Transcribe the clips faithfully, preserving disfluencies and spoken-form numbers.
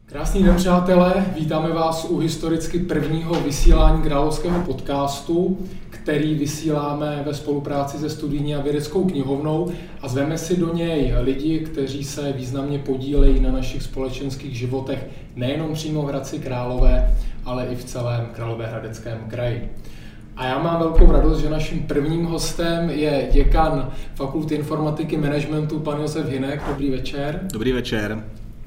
Krásný den, přátelé, vítáme vás u historicky prvního vysílání Královského podcastu, který vysíláme ve spolupráci se Studijní a vědeckou knihovnou a zveme si do něj lidi, kteří se významně podílejí na našich společenských životech nejenom přímo v Hradci Králové, ale i v celém Královéhradeckém kraji. A já mám velkou radost, že naším prvním hostem je děkan Fakulty informatiky managementu pan Josef Hynek. Dobrý večer. Dobrý večer.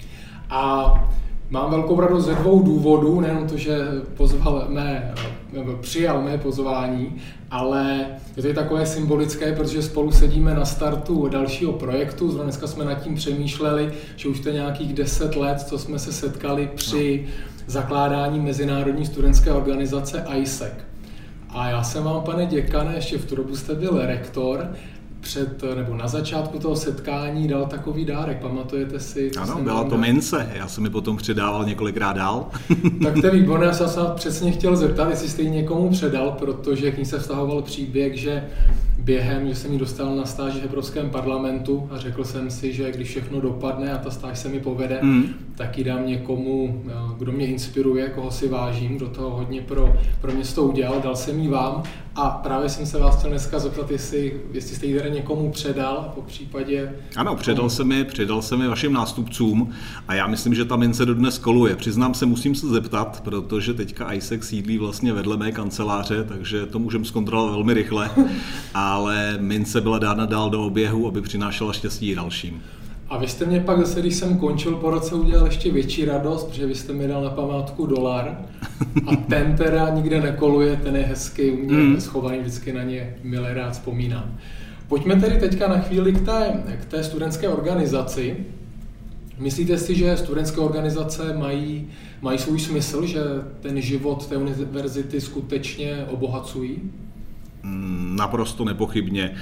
A mám velkou radost ze dvou důvodů, nejenom to, že pozval mé, přijal mé pozvání, ale je to i takové symbolické, protože spolu sedíme na startu dalšího projektu. Zrovna dneska jsme nad tím přemýšleli, že už to je nějakých deset let, co jsme se setkali při zakládání Mezinárodní studentské organizace I S E C. A já jsem vám, pane děkane, ještě v tu dobu jste byl rektor, před, nebo na začátku toho setkání dal takový dárek, pamatujete si? Ano, byla to mince, já jsem mi potom předával několikrát dál. Tak to je výborné, já jsem se přesně chtěl zeptat, jestli jste ji někomu předal, protože k ní se vztahoval příběh, že během, že jsem ji dostal na stáži v Evropském parlamentu a řekl jsem si, že když všechno dopadne a ta stáž se mi povede, mm. tak ji dám někomu, kdo mě inspiruje, koho si vážím, kdo toho hodně pro, pro město udělal, dal jsem ji vám a právě jsem se vás chtěl dneska zeptat, jestli, jestli jste ji teda někomu předal, po případě... Ano, předal jsem mi, předal jsem mi vašim nástupcům a já myslím, že ta mince dodnes koluje. Přiznám se, musím se zeptat, protože teďka I S E C sídlí vlastně vedle mé kanceláře, takže to můžeme zkontrolovat velmi rychle, ale mince byla dána dál do oběhu, aby přinášela štěstí dalším. A vy jste mě pak zase, když jsem končil po roce, udělal ještě větší radost, protože vy jste mi dal na památku dolar a ten teda nikde nekoluje, ten je hezky, u mě mm. schovaný, vždycky na ně milé rád vzpomínám. Pojďme tedy teďka na chvíli k té, k té studentské organizaci. Myslíte si, že studentské organizace mají, mají svůj smysl, že ten život té univerzity skutečně obohacují? Naprosto nepochybně.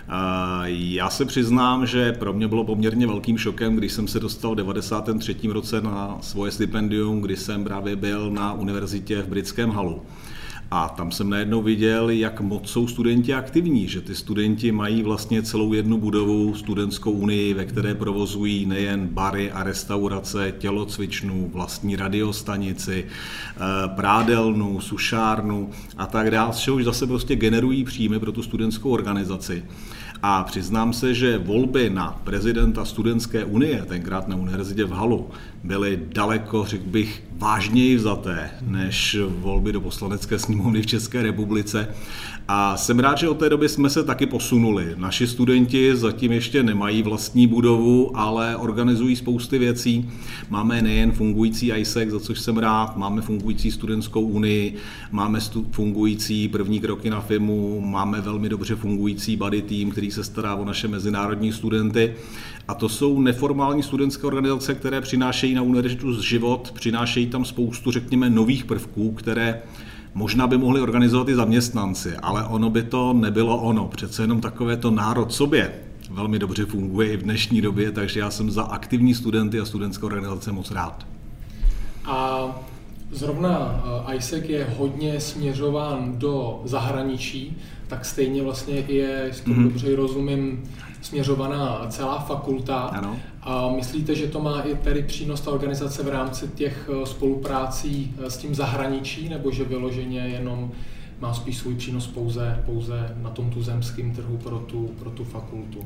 Já se přiznám, že pro mě bylo poměrně velkým šokem, když jsem se dostal v devadesátém třetím roce na svoje stipendium, kdy jsem právě byl na univerzitě v Britském Halu. A tam jsem najednou viděl, jak moc jsou studenti aktivní, že ty studenti mají vlastně celou jednu budovu, studentskou unii, ve které provozují nejen bary a restaurace, tělocvičnu, vlastní radiostanici, prádelnu, sušárnu a tak dále, z čehož zase prostě generují příjmy pro tu studentskou organizaci. A přiznám se, že volby na prezidenta studentské unie, tenkrát na univerzitě v Halu, byly daleko, řekl bych, vážněji vzaté než volby do poslanecké sněmovny v České republice. A jsem rád, že od té doby jsme se taky posunuli. Naši studenti zatím ještě nemají vlastní budovu, ale organizují spousty věcí. Máme nejen fungující I S E C, za což jsem rád, máme fungující studentskou unii, máme stu- fungující první kroky na F I M U, máme velmi dobře fungující buddy tým, který se stará o naše mezinárodní studenty. A to jsou neformální studentské organizace, které přinášejí na univerzitu život, přinášejí tam spoustu, řekněme, nových prvků, které možná by mohli organizovat i zaměstnanci, ale ono by to nebylo ono. Přece jenom takové to národ sobě velmi dobře funguje i v dnešní době, takže já jsem za aktivní studenty a studentské organizace moc rád. A zrovna I S E C je hodně směřován do zahraničí, tak stejně vlastně je, jestli mm-hmm. dobře rozumím, směřovaná celá fakulta. Ano. A myslíte, že to má i tedy přínos ta organizace v rámci těch spoluprácí s tím zahraničí, nebo že vyloženě jenom má spíš svůj přínos pouze, pouze na tom tuzemském trhu pro tu, pro tu fakultu?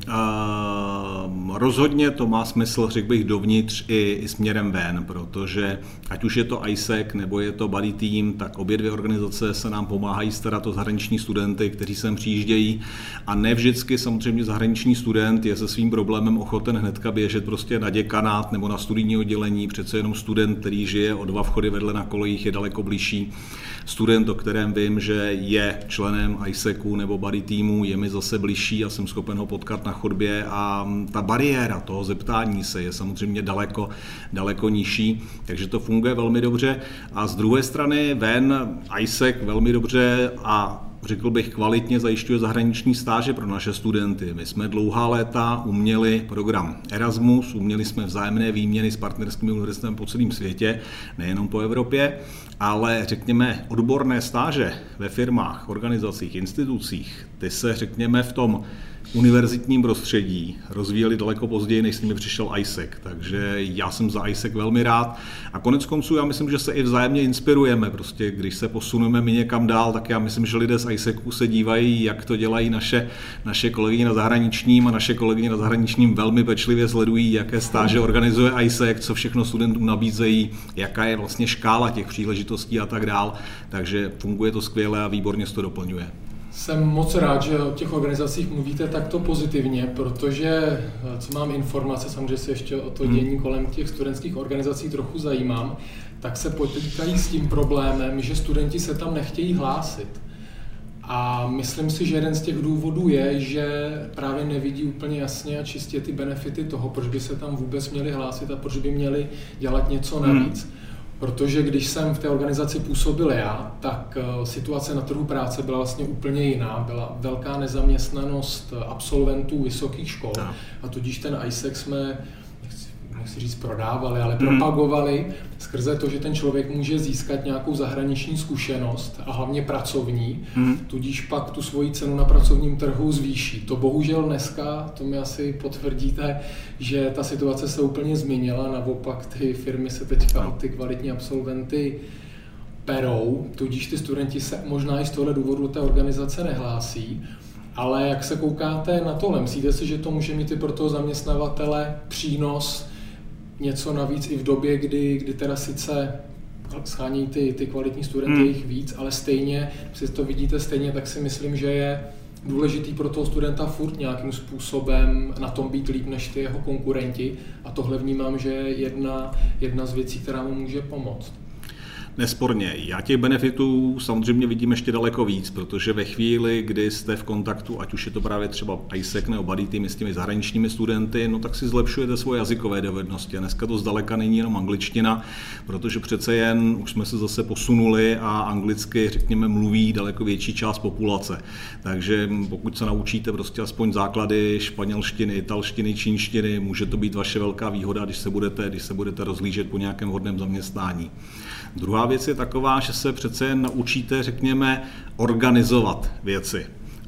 Uh, rozhodně to má smysl, řekl bych, dovnitř i, i směrem ven, protože ať už je to I S E C nebo je to buddy team, tak obě dvě organizace se nám pomáhají starat o zahraniční studenty, kteří sem přijíždějí a ne vždycky samozřejmě zahraniční student je se svým problémem ochoten hnedka běžet prostě na děkanát nebo na studijní oddělení, přece jenom student, který žije o dva vchody vedle na kolejích, je daleko blížší. Student, o kterém vím, že je členem I S E C u nebo buddy týmu, je mi zase bližší a jsem schopen ho potkat na chodbě a ta bariéra toho zeptání se je samozřejmě daleko, daleko nižší, takže to funguje velmi dobře. A z druhé strany ven I S E C velmi dobře a řekl bych, kvalitně zajišťuje zahraniční stáže pro naše studenty. My jsme dlouhá léta uměli program Erasmus, uměli jsme vzájemné výměny s partnerskými univerzitami po celém světě, nejenom po Evropě. ale řekněme odborné stáže ve firmách, organizacích, institucích, ty se řekněme v tom univerzitním prostředí rozvíjeli daleko později, než s nimi přišel I S E C, takže já jsem za I S E C velmi rád a konec konců já myslím, že se i vzájemně inspirujeme, prostě když se posuneme my někam dál, tak já myslím, že lidé z I S E C u se dívají, jak to dělají naše, naše kolegyně na zahraničním a naše kolegyně na zahraničním velmi pečlivě sledují, jaké stáže organizuje I S E C, co všechno studentům nabízejí, jaká je vlastně škála těch příležitostí a tak dál, takže funguje to skvěle a výborně se to doplňuje. Jsem moc rád, že o těch organizacích mluvíte takto pozitivně, protože, co mám informace, samozřejmě se ještě o to dění kolem těch studentských organizací trochu zajímám, tak se potýkají s tím problémem, že studenti se tam nechtějí hlásit. A myslím si, že jeden z těch důvodů je, že právě nevidí úplně jasně a čistě ty benefity toho, proč by se tam vůbec měli hlásit a proč by měli dělat něco navíc. Hmm. Protože když jsem v té organizaci působil já, tak situace na trhu práce byla vlastně úplně jiná. Byla velká nezaměstnanost absolventů vysokých škol a tudíž ten I S E C jsme, nechci, nechci říct prodávali, ale propagovali skrze to, že ten člověk může získat nějakou zahraniční zkušenost a hlavně pracovní, hmm. tudíž pak tu svoji cenu na pracovním trhu zvýší. To bohužel dneska, to mi asi potvrdíte, že ta situace se úplně změnila, naopak ty firmy se teďka ty kvalitní absolventy perou, tudíž ty studenti se možná i z tohle důvodu do té organizace nehlásí, ale jak se koukáte na tohle, myslíte si, že to může mít i pro toho zaměstnavatele přínos, něco navíc i v době, kdy, kdy teda sice schání ty, ty kvalitní studenty jich hmm. víc, ale stejně, když to vidíte stejně, tak si myslím, že je důležitý pro toho studenta furt nějakým způsobem na tom být líp než ty jeho konkurenti a tohle vnímám, že je jedna, jedna z věcí, která mu může pomoct. Nesporně. Já těch benefitů samozřejmě vidím ještě daleko víc, protože ve chvíli, kdy jste v kontaktu, ať už je to právě třeba I S E C nebo buddy teamy s těmi zahraničními studenty, no tak si zlepšujete svoje jazykové dovednosti. A dneska to zdaleka není jenom angličtina, protože přece jen už jsme se zase posunuli a anglicky, řekněme, mluví daleko větší část populace. Takže pokud se naučíte prostě aspoň základy španělštiny, italštiny, čínštiny, může to být vaše velká výhoda, když se budete, když se budete rozhlížet po nějakém vhodném zaměstnání. Druhá věc je taková, že se přece jen naučíte, řekněme, organizovat věci.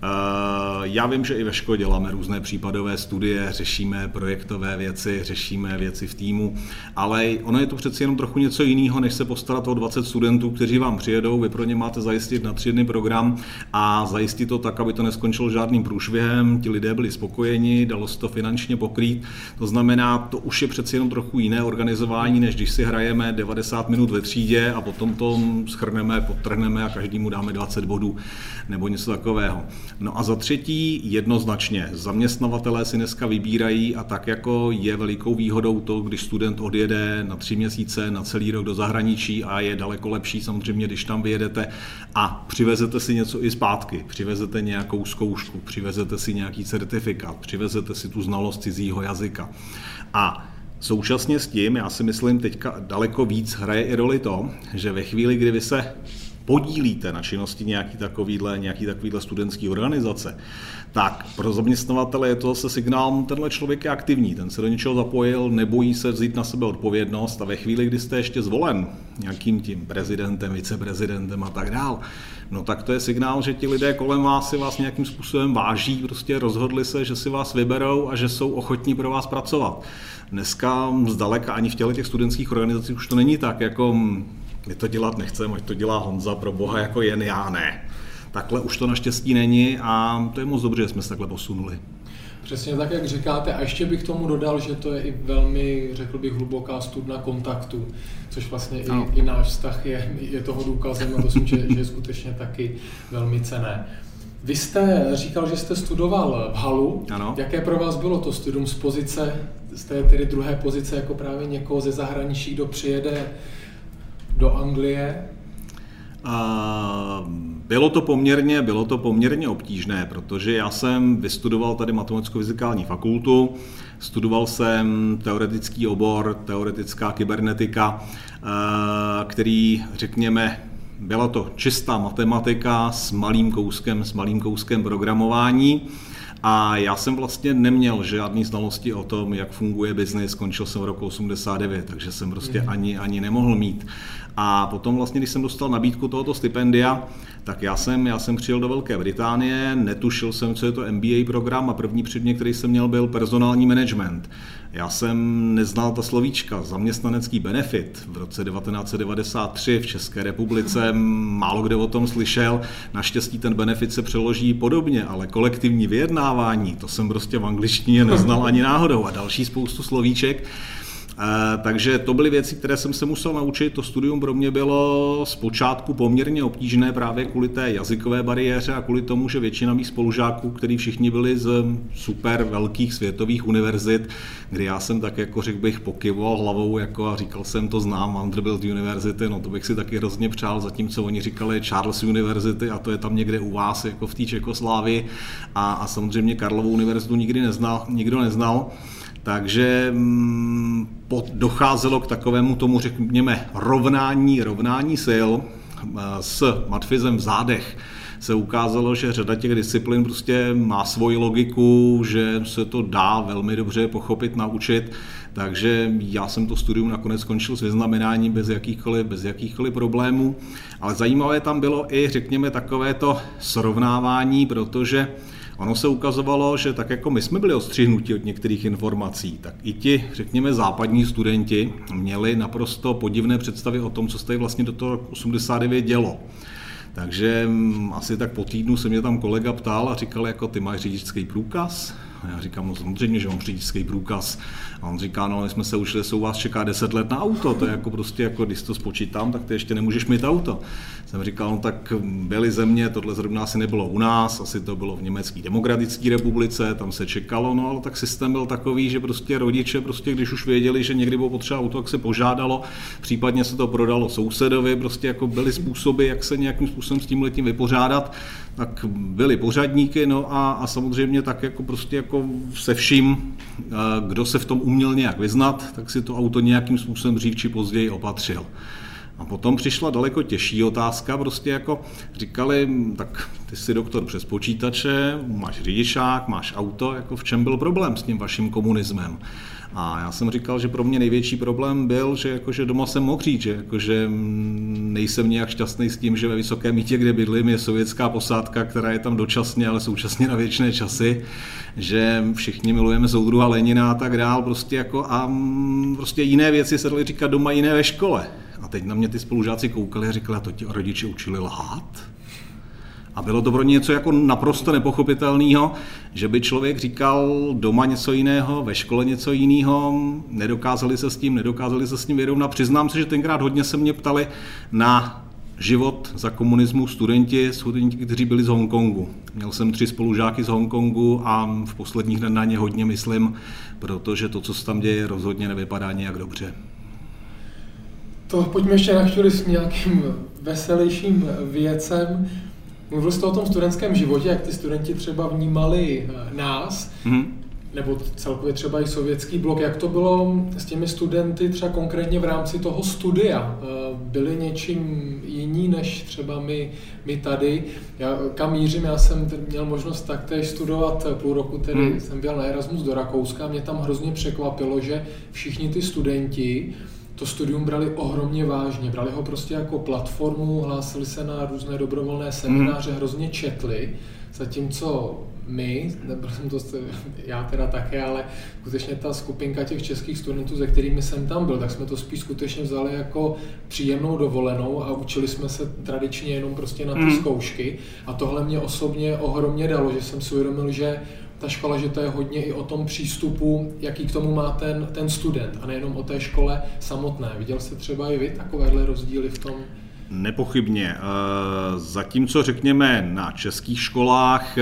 Já vím, že i ve škole děláme různé případové studie, řešíme projektové věci, řešíme věci v týmu, ale ono je to přeci jenom trochu něco jiného, než se postarat o dvacet studentů, kteří vám přijedou, vy pro ně máte zajistit na tři dny program a zajistit to tak, aby to neskončilo žádným průšvihem, ti lidé byli spokojeni, dalo se to finančně pokrýt, to znamená, to už je přeci jenom trochu jiné organizování, než když si hrajeme devadesát minut ve třídě a potom to shrneme, podtrhneme a každému dáme dvacet bodů nebo něco takového. No a za třetí, jednoznačně, zaměstnavatelé si dneska vybírají a tak jako je velikou výhodou to, když student odjede na tři měsíce, na celý rok do zahraničí a je daleko lepší samozřejmě, když tam vyjedete a přivezete si něco i zpátky, přivezete nějakou zkoušku, přivezete si nějaký certifikát, přivezete si tu znalost cizího jazyka. A současně s tím, já si myslím, teďka daleko víc hraje i roli to, že ve chvíli, kdy vy se podílíte na činnosti nějaký takovýhle, nějaký takovýhle studentský organizace, tak pro zaměstnavatele je to zase signál, tenhle člověk je aktivní, ten se do něčeho zapojil, nebojí se vzít na sebe odpovědnost a ve chvíli, kdy jste ještě zvolen nějakým tím prezidentem, viceprezidentem a tak dál, no tak to je signál, že ti lidé kolem vás si vás nějakým způsobem váží, prostě rozhodli se, že si vás vyberou a že jsou ochotní pro vás pracovat. Dneska zdaleka ani v těle těch studentských organizacích už to není tak, jako my to dělat nechceme, ať to dělá Honza, pro boha, jako jen já ne. Takhle už to naštěstí není a to je moc dobře, že jsme se takhle posunuli. Přesně tak, jak říkáte, a ještě bych tomu dodal, že to je i velmi, řekl bych, hluboká studna kontaktu, což vlastně i, i náš vztah je, je toho důkazem a to myslím, že, že je skutečně taky velmi cenné. Vy jste říkal, že jste studoval v Halu. Ano. Jaké pro vás bylo to studium z pozice, z té tedy druhé pozice, jako právě někoho ze zahraničí, kdo přijede do Anglie? A bylo to poměrně, bylo to poměrně obtížné, protože já jsem vystudoval tady matematicko-fyzikální fakultu, studoval jsem teoretický obor, teoretická kybernetika, který, řekněme, byla to čistá matematika s malým kouskem, s malým kouskem programování. A já jsem vlastně neměl žádný znalosti o tom, jak funguje biznis, skončil jsem v roku osmdesát devět, takže jsem prostě mm. ani, ani nemohl mít. A potom vlastně, když jsem dostal nabídku tohoto stipendia, tak já jsem, já jsem přijel do Velké Británie, netušil jsem, co je to M B A program a první předmět, který jsem měl, byl personální management. Já jsem neznal ta slovíčka, zaměstnanecký benefit v roce devatenáct set devadesát tři v České republice, málo kde o tom slyšel, naštěstí ten benefit se přeloží podobně, ale kolektivní vyjednávání, to jsem prostě v angličtině neznal ani náhodou a další spoustu slovíček. Takže to byly věci, které jsem se musel naučit. To studium pro mě bylo zpočátku poměrně obtížné právě kvůli té jazykové bariéře a kvůli tomu, že většina mých spolužáků, kteří všichni byli z super velkých světových univerzit, kdy já jsem tak jako řekl bych pokyvoval hlavou jako a říkal jsem to znám, Vanderbilt University, no to bych si taky hrozně přál, zatímco oni říkali Charles University a to je tam někde u vás jako v té Čekoslávii a, a samozřejmě Karlovu univerzitu nikdy neznal, nikdo neznal. Takže docházelo k takovému tomu, řekněme, rovnání, rovnání sil s matfizem v zádech. Se ukázalo, že řada těch disciplín prostě má svoji logiku, že se to dá velmi dobře pochopit, naučit. Takže já jsem to studium nakonec skončil s vyznamenáním bez jakýchkoliv, bez jakýchkoliv problémů. Ale zajímavé tam bylo i, řekněme, takovéto srovnávání, protože ono se ukazovalo, že tak jako my jsme byli odstřihnuti od některých informací, tak i ti, řekněme, západní studenti měli naprosto podivné představy o tom, co se tady vlastně do toho osmdesát devět dělo. Takže asi tak po týdnu se mě tam kolega ptal a říkal, jako ty máš řidičský průkaz? A já říkám, no samozřejmě, že mám řidičský průkaz. A on říká, no my jsme se učili, že u vás čeká deset let na auto, to je jako prostě, jako když to spočítám, tak ty ještě nemůžeš mít auto. Jsem říkal, no tak byly země, tohle zrovna asi nebylo u nás, asi to bylo v Německé demokratické republice, tam se čekalo, no ale tak systém byl takový, že prostě rodiče, prostě když už věděli, že někdy bylo potřeba auto, tak se požádalo, případně se to prodalo sousedovi, prostě jako byly způsoby, jak se nějakým způsobem s tímhletím vypořádat, tak byly pořadníky, no a, a samozřejmě tak jako prostě jako se vším, kdo se v tom uměl nějak vyznat, tak si to auto nějakým způsobem dřív či později opatřil. A potom přišla daleko těžší otázka, prostě jako říkali, tak ty jsi doktor přes počítače, máš řidičák, máš auto, jako v čem byl problém s tím vaším komunismem? A já jsem říkal, že pro mě největší problém byl, že, jakože doma jsem mohl říct, že jakože nejsem nějak šťastný s tím, že ve Vysokém Mýtě, kde bydlím, je sovětská posádka, která je tam dočasně, ale současně na věčné časy, že všichni milujeme soudruha Lenina a tak dál, prostě jako a prostě jiné věci se daly říkat doma, jiné ve škole. A teď na mě ty spolužáci koukali a říkali, a to ti rodiče učili lhát? A bylo to pro ně něco jako naprosto nepochopitelného, že by člověk říkal doma něco jiného, ve škole něco jiného, nedokázali se s tím, nedokázali se s tím vyrovnat. Přiznám se, že tenkrát hodně se mě ptali na život za komunismu studenti, studenti, kteří byli z Hongkongu. Měl jsem tři spolužáky z Hongkongu a v posledních dnech na ně hodně myslím, protože to, co se tam děje, rozhodně nevypadá nějak dobře. To pojďme ještě na chvíli s nějakým veselějším věcem. Mluvil jste o tom studentském životě, jak ty studenti třeba vnímali nás, mm-hmm. nebo celkově třeba i sovětský blok. Jak to bylo s těmi studenty třeba konkrétně v rámci toho studia? Byli něčím jiní než třeba my, my tady? Já, kam mířím? Já jsem měl možnost taktéž studovat půl roku, tedy mm. jsem byl na Erasmus do Rakouska a mě tam hrozně překvapilo, že všichni ty studenti to studium brali ohromně vážně, brali ho prostě jako platformu, hlásili se na různé dobrovolné semináře, mm. hrozně četli, zatímco my, nebyl jsem to, já teda také, ale skutečně ta skupinka těch českých studentů, se kterými jsem tam byl, tak jsme to spíš skutečně vzali jako příjemnou dovolenou a učili jsme se tradičně jenom prostě na ty mm. zkoušky a tohle mě osobně ohromně dalo, že jsem si uvědomil, že ta škola, že to je hodně i o tom přístupu, jaký k tomu má ten, ten student a nejenom o té škole samotné. Viděl jste třeba i vy takovéhle rozdíly v tom? Nepochybně. Zatímco řekněme na českých školách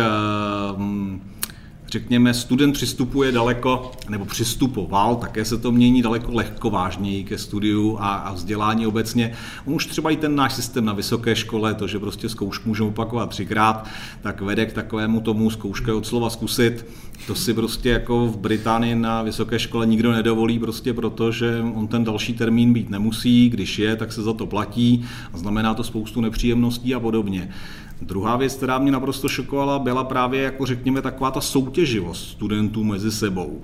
řekněme, student přistupuje daleko, nebo přistupoval, také se to mění daleko lehkovážněji ke studiu a, a vzdělání obecně. On už třeba i ten náš systém na vysoké škole, to, že prostě zkoušku můžeme opakovat třikrát, tak vede k takovému tomu zkouška od slova zkusit. To si prostě jako v Británii na vysoké škole nikdo nedovolí, prostě proto, že on ten další termín být nemusí, když je, tak se za to platí a znamená to spoustu nepříjemností a podobně. Druhá věc, která mě naprosto šokovala, byla právě, jako řekněme, taková ta soutěživost studentů mezi sebou,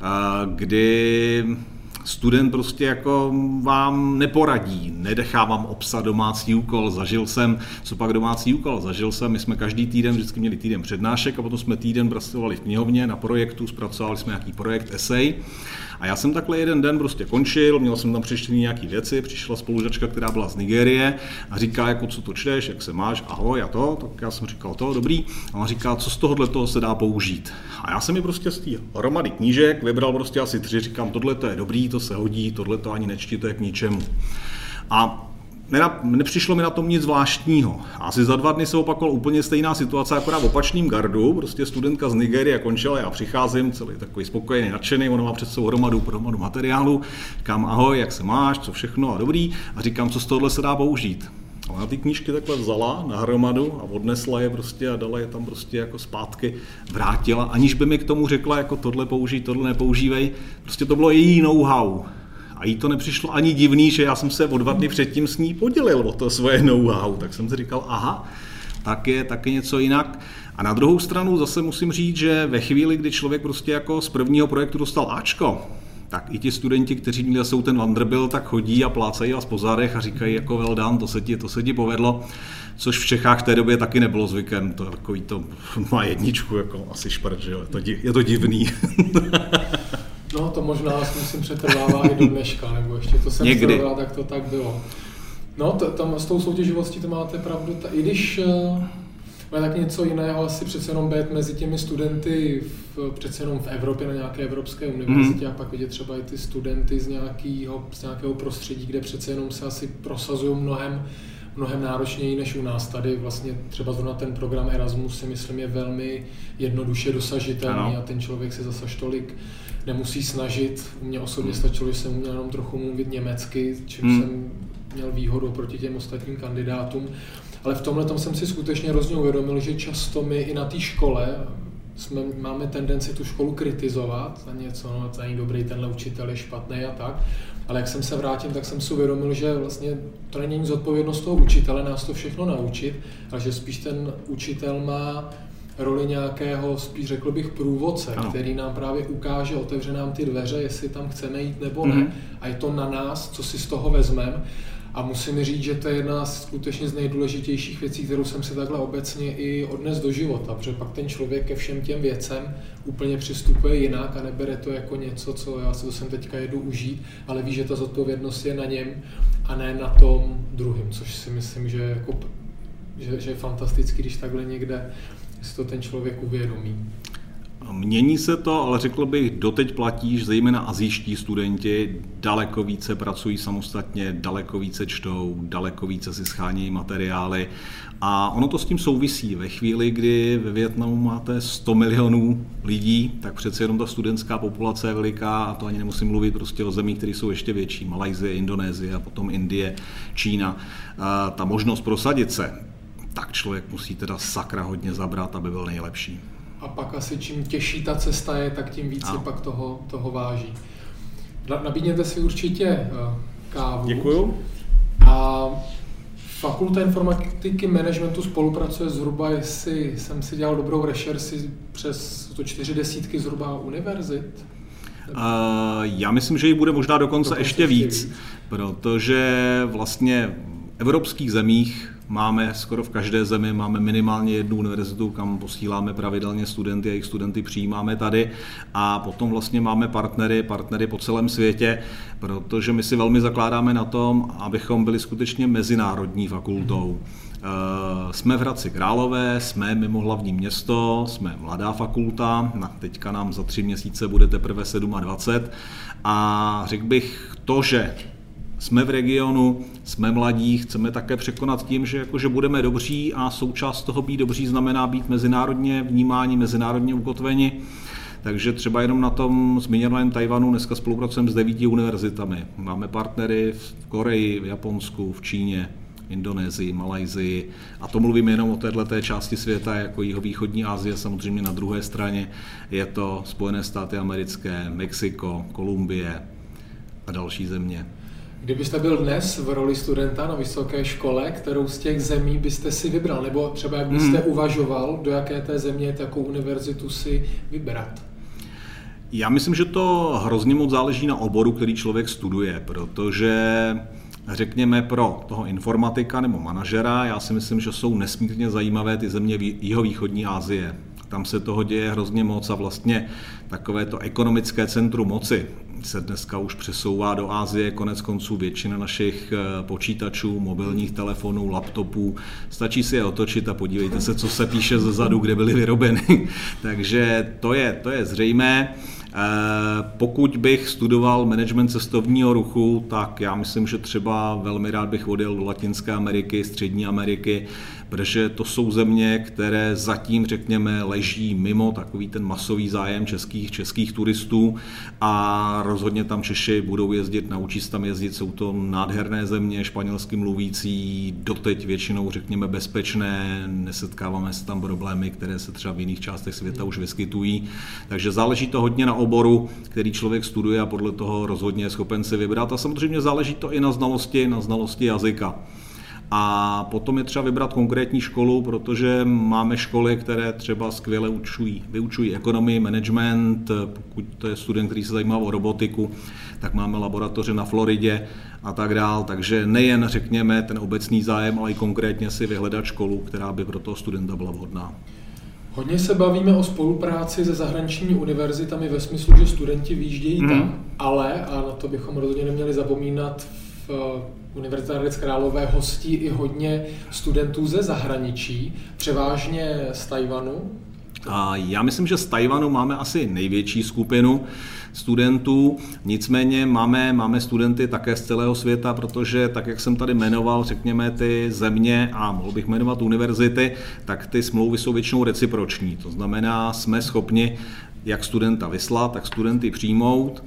kdy student prostě jako vám neporadí, nedechá vám obsat domácí úkol, zažil jsem, co pak domácí úkol, zažil jsem, my jsme každý týden vždycky měli týden přednášek a potom jsme týden pracovali v knihovně na projektu, zpracovali jsme nějaký projekt, esej. A já jsem takhle jeden den prostě končil, měl jsem tam přečtený nějaký věci, přišla spolužačka, která byla z Nigérie a říká, jako co to čteš, jak se máš, ahoj a to, tak já jsem říkal to, dobrý. A ona říká, co z tohohle toho se dá použít. A já jsem mi prostě z té hromady knížek vybral prostě asi tři, říkám, tohle to je dobrý, to se hodí, tohle to ani nečti, to je k ničemu. A nepřišlo mi na tom nic zvláštního. Asi za dva dny se opakovala úplně stejná situace, akorát v opačným gardu. Prostě studentka z Nigérie končila, já přicházím, celý takový spokojený, nadšený, ona má před sebou hromadu, hromadu materiálu. Říkám, ahoj, jak se máš, co všechno a dobrý. A říkám, co z tohohle se dá použít. A ona ty knížky takhle vzala na hromadu a odnesla je prostě a dala je tam prostě jako zpátky, vrátila, aniž by mi k tomu řekla, jako tohle použij, tohle nepoužívej. Prostě to bylo její know-how. A jí to nepřišlo ani divný, že já jsem se o dva dny předtím s ní podělil o to svoje know-how. Tak jsem si říkal, aha, tak je taky něco jinak. A na druhou stranu zase musím říct, že ve chvíli, kdy člověk prostě jako z prvního projektu dostal Ačko, tak i ti studenti, kteří měli jsou ten Vanderbilt, tak chodí a plácají vás po zádech a říkají jako well done, to se ti, to se ti povedlo. Což v Čechách v té době taky nebylo zvykem. To takový to má jedničku, jako asi šprt, že jo, je to, je to divný. No, to možná myslím přetrvává i do dneška, nebo ještě to jsem zrovna, tak to tak bylo. No, to, tam s tou soutěživostí to máte pravdu, ta, i když uh, má tak něco jiného asi přece jenom být mezi těmi studenty v, přece jenom v Evropě na nějaké evropské univerzitě mm. a pak vidět třeba i ty studenty z nějakého, z nějakého prostředí, kde přece jenom se asi prosazují mnohem mnohem náročněji než u nás tady. Vlastně třeba zrovna ten program Erasmus si myslím je velmi jednoduše dosažitelný ano. A ten člověk se zase tolik nemusí snažit. U mě osobně stačilo, že jsem uměl jenom trochu mluvit německy, čím hmm. jsem měl výhodu proti těm ostatním kandidátům. Ale v tomhle tom jsem si skutečně hrozně uvědomil, že často my i na té škole jsme, máme tendenci tu školu kritizovat za něco, no to není dobrý, tenhle učitel je špatný a tak. Ale jak jsem se vrátil, tak jsem si uvědomil, že vlastně to není zodpovědnost toho učitele nás to všechno naučit, ale že spíš ten učitel má roli nějakého, spíš řekl bych, průvodce, ano. který nám právě ukáže, otevře nám ty dveře, jestli tam chceme jít nebo mm-hmm. ne. A je to na nás, co si z toho vezmeme. A musím říct, že to je jedna z skutečně z nejdůležitějších věcí, kterou jsem si takhle obecně i odnes do života, protože pak ten člověk ke všem těm věcem úplně přistupuje jinak a nebere to jako něco, co já si to sem teďka jedu užít, ale ví, že ta zodpovědnost je na něm a ne na tom druhém, což si myslím, že, jako, že, že je fantastický, když takhle někde si to ten člověk uvědomí. Mění se to, ale řekl bych, doteď platí, že zejména asijští studenti daleko více pracují samostatně, daleko více čtou, daleko více si schánějí materiály a ono to s tím souvisí. Ve chvíli, kdy ve Vietnamu máte sto milionů lidí, tak přece jenom ta studentská populace je veliká a to ani nemusím mluvit prostě o zemích, které jsou ještě větší, Malajsie, Indonésie a potom Indie, Čína. A ta možnost prosadit se, tak člověk musí teda sakra hodně zabrat, aby byl nejlepší. A pak asi čím těžší ta cesta je, tak tím víc si pak toho, toho váží. Nabídněte si určitě kávu. Děkuju. A Fakulta informatiky managementu spolupracuje zhruba, jestli jsem si dělal dobrou rešerši, přes to čtyři desítky zhruba univerzit? Uh, já myslím, že jich bude možná dokonce, dokonce ještě víc, víc, protože vlastně v evropských zemích máme skoro v každé zemi máme minimálně jednu univerzitu, kam posíláme pravidelně studenty a jejich studenty přijímáme tady a potom vlastně máme partnery, partnery po celém světě, protože my si velmi zakládáme na tom, abychom byli skutečně mezinárodní fakultou. Jsme v Hradci Králové, jsme mimo hlavní město, jsme mladá fakulta, teďka nám za tři měsíce bude teprve dvacet sedm a řekl bych to, že jsme v regionu, jsme mladí, chceme také překonat tím, že, jako, že budeme dobří a součást toho být dobří znamená být mezinárodně vnímáni, mezinárodně ukotveni. Takže třeba jenom na tom zmiňovaném Tajvanu dneska spolupracujeme s devíti univerzitami. Máme partnery v Koreji, v Japonsku, v Číně, Indonésii, Malajsii. A to mluvím jenom o této části světa, jako jihovýchodní Asie, samozřejmě na druhé straně je to Spojené státy americké, Mexiko, Kolumbie a další země. Kdybyste byl dnes v roli studenta na vysoké škole, kterou z těch zemí byste si vybral? Nebo třeba jak byste hmm. uvažoval, do jaké té země, jakou univerzitu si vybrat? Já myslím, že to hrozně moc záleží na oboru, který člověk studuje, protože řekněme pro toho informatika nebo manažera, já si myslím, že jsou nesmírně zajímavé ty země jihovýchodní Asie. Tam se toho děje hrozně moc a vlastně takové to ekonomické centrum moci se dneska už přesouvá do Asie, konec konců většina našich počítačů, mobilních telefonů, laptopů, stačí si je otočit a podívejte se, co se píše zezadu, kde byly vyrobeny. Takže to je, to je zřejmé. Pokud bych studoval management cestovního ruchu, tak já myslím, že třeba velmi rád bych odjel do Latinské Ameriky, Střední Ameriky, protože to jsou země, které zatím, řekněme, leží mimo takový ten masový zájem českých, českých turistů a rozhodně tam Češi budou jezdit, naučí se tam jezdit, jsou to nádherné země, španělsky mluvící, doteď většinou, řekněme, bezpečné, nesetkáváme se tam problémy, které se třeba v jiných částech světa už vyskytují, takže záleží to hodně na oboru, který člověk studuje a podle toho rozhodně je schopen si vybrat a samozřejmě záleží to i na znalosti, na znalosti jazyka. A potom je třeba vybrat konkrétní školu, protože máme školy, které třeba skvěle učují, vyučují ekonomii, management, pokud to je student, který se zajímá o robotiku, tak máme laboratoře na Floridě a tak dál. Takže nejen, řekněme, ten obecný zájem, ale i konkrétně si vyhledat školu, která by pro toho studenta byla vhodná. Hodně se bavíme o spolupráci se zahraničními univerzitami ve smyslu, že studenti vyjíždějí hmm. tam, ale, a na to bychom rozhodně neměli zapomínat, v Univerzita Hradec Králové hostí i hodně studentů ze zahraničí, převážně z Tajvanu. A já myslím, že z Tajvanu máme asi největší skupinu studentů, nicméně máme, máme studenty také z celého světa, protože tak, jak jsem tady jmenoval, řekněme, ty země a mohl bych jmenovat univerzity, tak ty smlouvy jsou většinou reciproční. To znamená, jsme schopni jak studenta vyslat, tak studenty přijmout.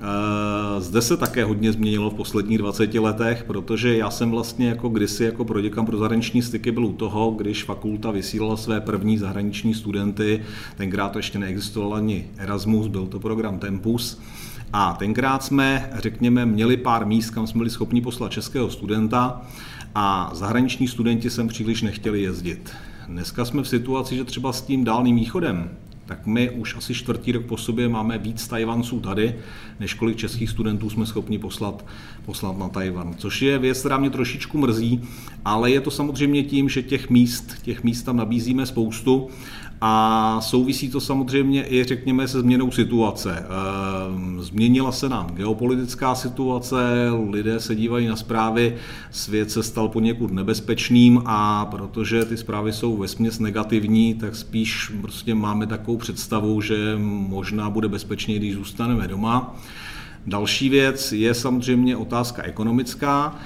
Zde se také hodně změnilo v posledních dvaceti letech, protože já jsem vlastně jako kdysi jako proděkan pro zahraniční styky byl u toho, když fakulta vysílala své první zahraniční studenty, tenkrát to ještě neexistoval ani Erasmus, byl to program Tempus. A tenkrát jsme, řekněme, měli pár míst, kam jsme byli schopni poslat českého studenta a zahraniční studenti sem příliš nechtěli jezdit. Dneska jsme v situaci, že třeba s tím Dálným východem, tak my už asi čtvrtý rok po sobě máme víc Tajvanců tady, než kolik českých studentů jsme schopni poslat, poslat na Tajvan. Což je věc, která mě trošičku mrzí, ale je to samozřejmě tím, že těch míst, těch míst tam nabízíme spoustu a souvisí to samozřejmě i, řekněme, se změnou situace. Změnila se nám geopolitická situace, lidé se dívají na zprávy, svět se stal poněkud nebezpečným a protože ty zprávy jsou vesměs negativní, tak spíš prostě máme takovou představu, že možná bude bezpečněji, když zůstaneme doma. Další věc je samozřejmě otázka ekonomická.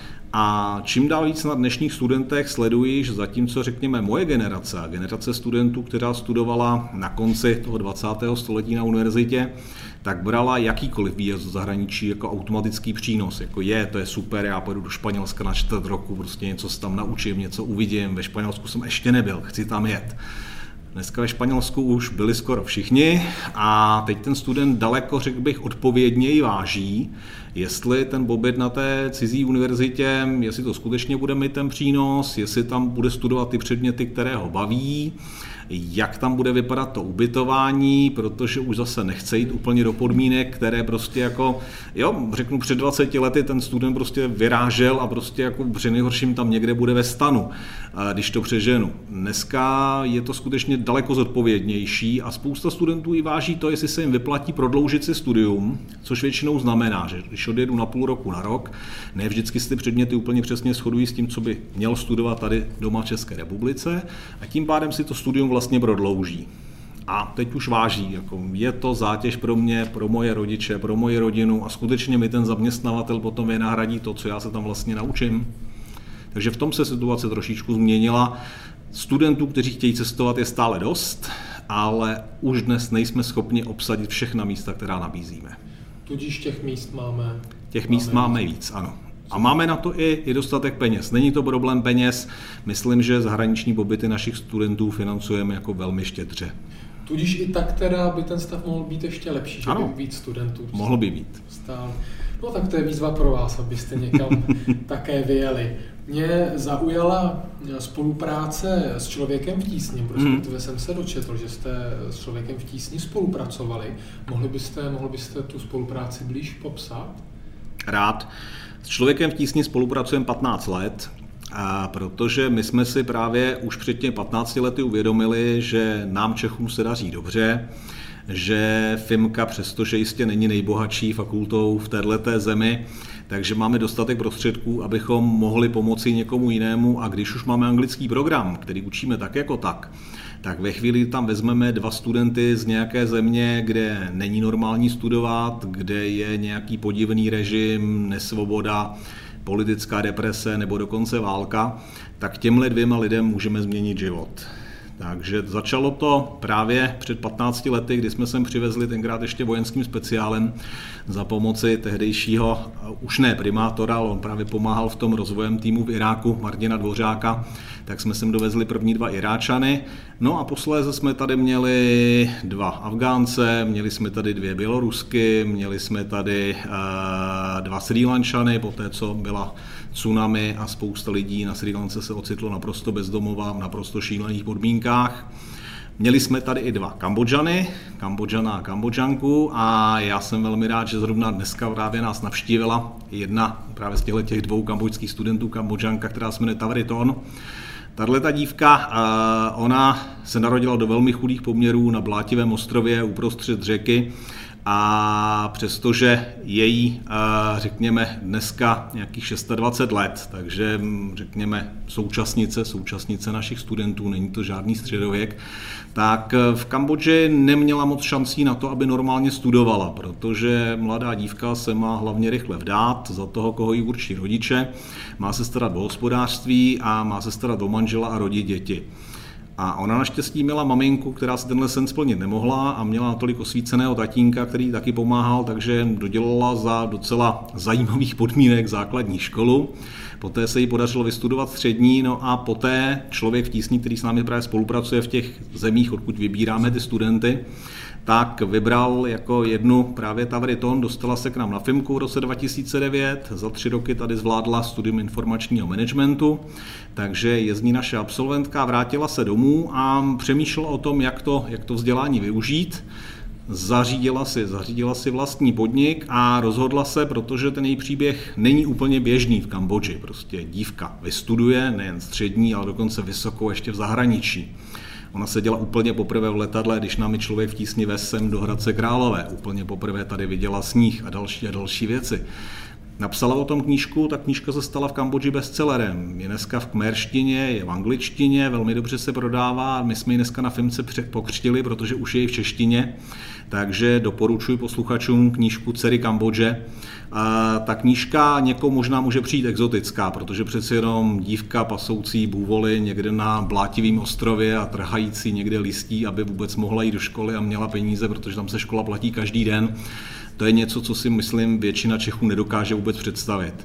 A čím dál víc na dnešních studentech sleduji, že zatímco řekněme moje generace, generace studentů, která studovala na konci toho dvacátého století na univerzitě, tak brala jakýkoliv výjezd do zahraničí jako automatický přínos. Jako je, to je super, já pojedu do Španělska na čtvrt roku, prostě něco se tam naučím, něco uvidím, ve Španělsku jsem ještě nebyl, chci tam jet. Dneska ve Španělsku už byli skoro všichni a teď ten student daleko, řekl bych, odpovědněji váží, jestli ten pobyt na té cizí univerzitě, jestli to skutečně bude mít ten přínos, jestli tam bude studovat ty předměty, které ho baví, jak tam bude vypadat to ubytování, protože už zase nechce jít úplně do podmínek, které prostě jako, jo, řeknu před dvaceti lety ten student prostě vyrážel a prostě jako při nejhorším tam někde bude ve stanu, když to přeženu. Dneska je to skutečně daleko zodpovědnější a spousta studentů i váží to, jestli se jim vyplatí prodloužit si studium, což většinou znamená, že když odjedu na půl roku, na rok, ne vždycky si ty předměty úplně přesně shodují s tím, co by měl studovat tady doma v České republice a tím pádem si to studium vlastně prodlouží. A teď už váží, jako je to zátěž pro mě, pro moje rodiče, pro moji rodinu a skutečně mi ten zaměstnavatel potom vynahradí to, co já se tam vlastně naučím. Takže v tom se situace trošičku změnila. Studentů, kteří chtějí cestovat, je stále dost, ale už dnes nejsme schopni obsadit všechna místa, která nabízíme. Tudíž těch míst máme... Těch míst máme, máme víc, ano. A máme na to i, i dostatek peněz. Není to problém peněz, myslím, že zahraniční pobyty našich studentů financujeme jako velmi štědře. Tudíž i tak teda by ten stav mohl být ještě lepší, že ano, by víc studentů mohl by být. Stál. No tak to je výzva pro vás, abyste někam také vyjeli. Mě zaujala spolupráce s Člověkem v tísni, protože hmm. jsem se dočetl, že jste s Člověkem v tísni spolupracovali. Mohli byste, mohli byste tu spolupráci blíž popsat? Rád. S Člověkem v tísni spolupracujeme patnáct let, a protože my jsme si právě už před těmi patnácti lety uvědomili, že nám Čechům se daří dobře, že FIMKA, přestože jistě není nejbohatší fakultou v této zemi, takže máme dostatek prostředků, abychom mohli pomoci někomu jinému, a když už máme anglický program, který učíme tak jako tak, tak ve chvíli tam vezmeme dva studenty z nějaké země, kde není normální studovat, kde je nějaký podivný režim, nesvoboda, politická deprese nebo dokonce válka, tak těmhle dvěma lidem můžeme změnit život. Takže začalo to právě před patnácti lety, kdy jsme sem přivezli tenkrát ještě vojenským speciálem za pomoci tehdejšího, už ne primátora, ale on právě pomáhal v tom rozvojem týmu v Iráku, Martina Dvořáka, tak jsme sem dovezli první dva Iráčany. No a posléze jsme tady měli dva Afgánce, měli jsme tady dvě Bělorusky, měli jsme tady uh, dva Srí Lančany, poté co byla tsunami a spousta lidí na Srí Lance se ocitlo naprosto bezdomová v naprosto šílených podmínkách. Měli jsme tady i dva Kambodžany, Kambodžana a Kambodžanku, a já jsem velmi rád, že zrovna dneska právě nás navštívila jedna právě z těchto těch dvou kambodžských studentů, Kambodžanka, která se jmenuje Tavriton. Tato dívka, ona se narodila do velmi chudých poměrů na blátivém ostrově uprostřed řeky, a přestože její, řekněme, dneska nějakých dvacet šest let, takže řekněme současnice, současnice našich studentů, není to žádný středověk, tak v Kambodži neměla moc šancí na to, aby normálně studovala, protože mladá dívka se má hlavně rychle vdát za toho, koho jí určí rodiče, má se starat o hospodářství a má se starat o manžela a rodit děti. A ona naštěstí měla maminku, která se tenhle sen splnit nemohla, a měla natolik osvíceného tatínka, který taky pomáhal, takže dodělala za docela zajímavých podmínek základní školu. Poté se jí podařilo vystudovat střední, no a poté Člověk v tísni, který s námi právě spolupracuje v těch zemích, odkud vybíráme ty studenty, tak vybral jako jednu právě Tavriton, dostala se k nám na FIMKu v roce dva tisíce devět, za tři roky tady zvládla studium informačního managementu, takže je z ní naše absolventka, vrátila se domů a přemýšlela o tom, jak to, jak to vzdělání využít. Zařídila si, zařídila si vlastní podnik a rozhodla se, protože ten její příběh není úplně běžný v Kambodži. Prostě dívka vystuduje, nejen střední, ale dokonce vysokou ještě v zahraničí. Ona seděla úplně poprvé v letadle, když nám Člověk v tísni vez sem do Hradce Králové. Úplně poprvé tady viděla sníh a další a další věci. Napsala o tom knížku, ta knížka se stala v Kambodži bestsellerem. Je dneska v kmérštině, je v angličtině, velmi dobře se prodává. My jsme ji dneska na FIMce pokřtili, protože už je i v češtině. Takže doporučuji posluchačům knížku Dcery Kambodže. A ta knížka někomu možná může přijít exotická, protože přeci jenom dívka pasoucí bůvoly někde na blátivém ostrově a trhající někde listí, aby vůbec mohla jít do školy a měla peníze, protože tam se škola platí každý den. To je něco, co si myslím většina Čechů nedokáže vůbec představit.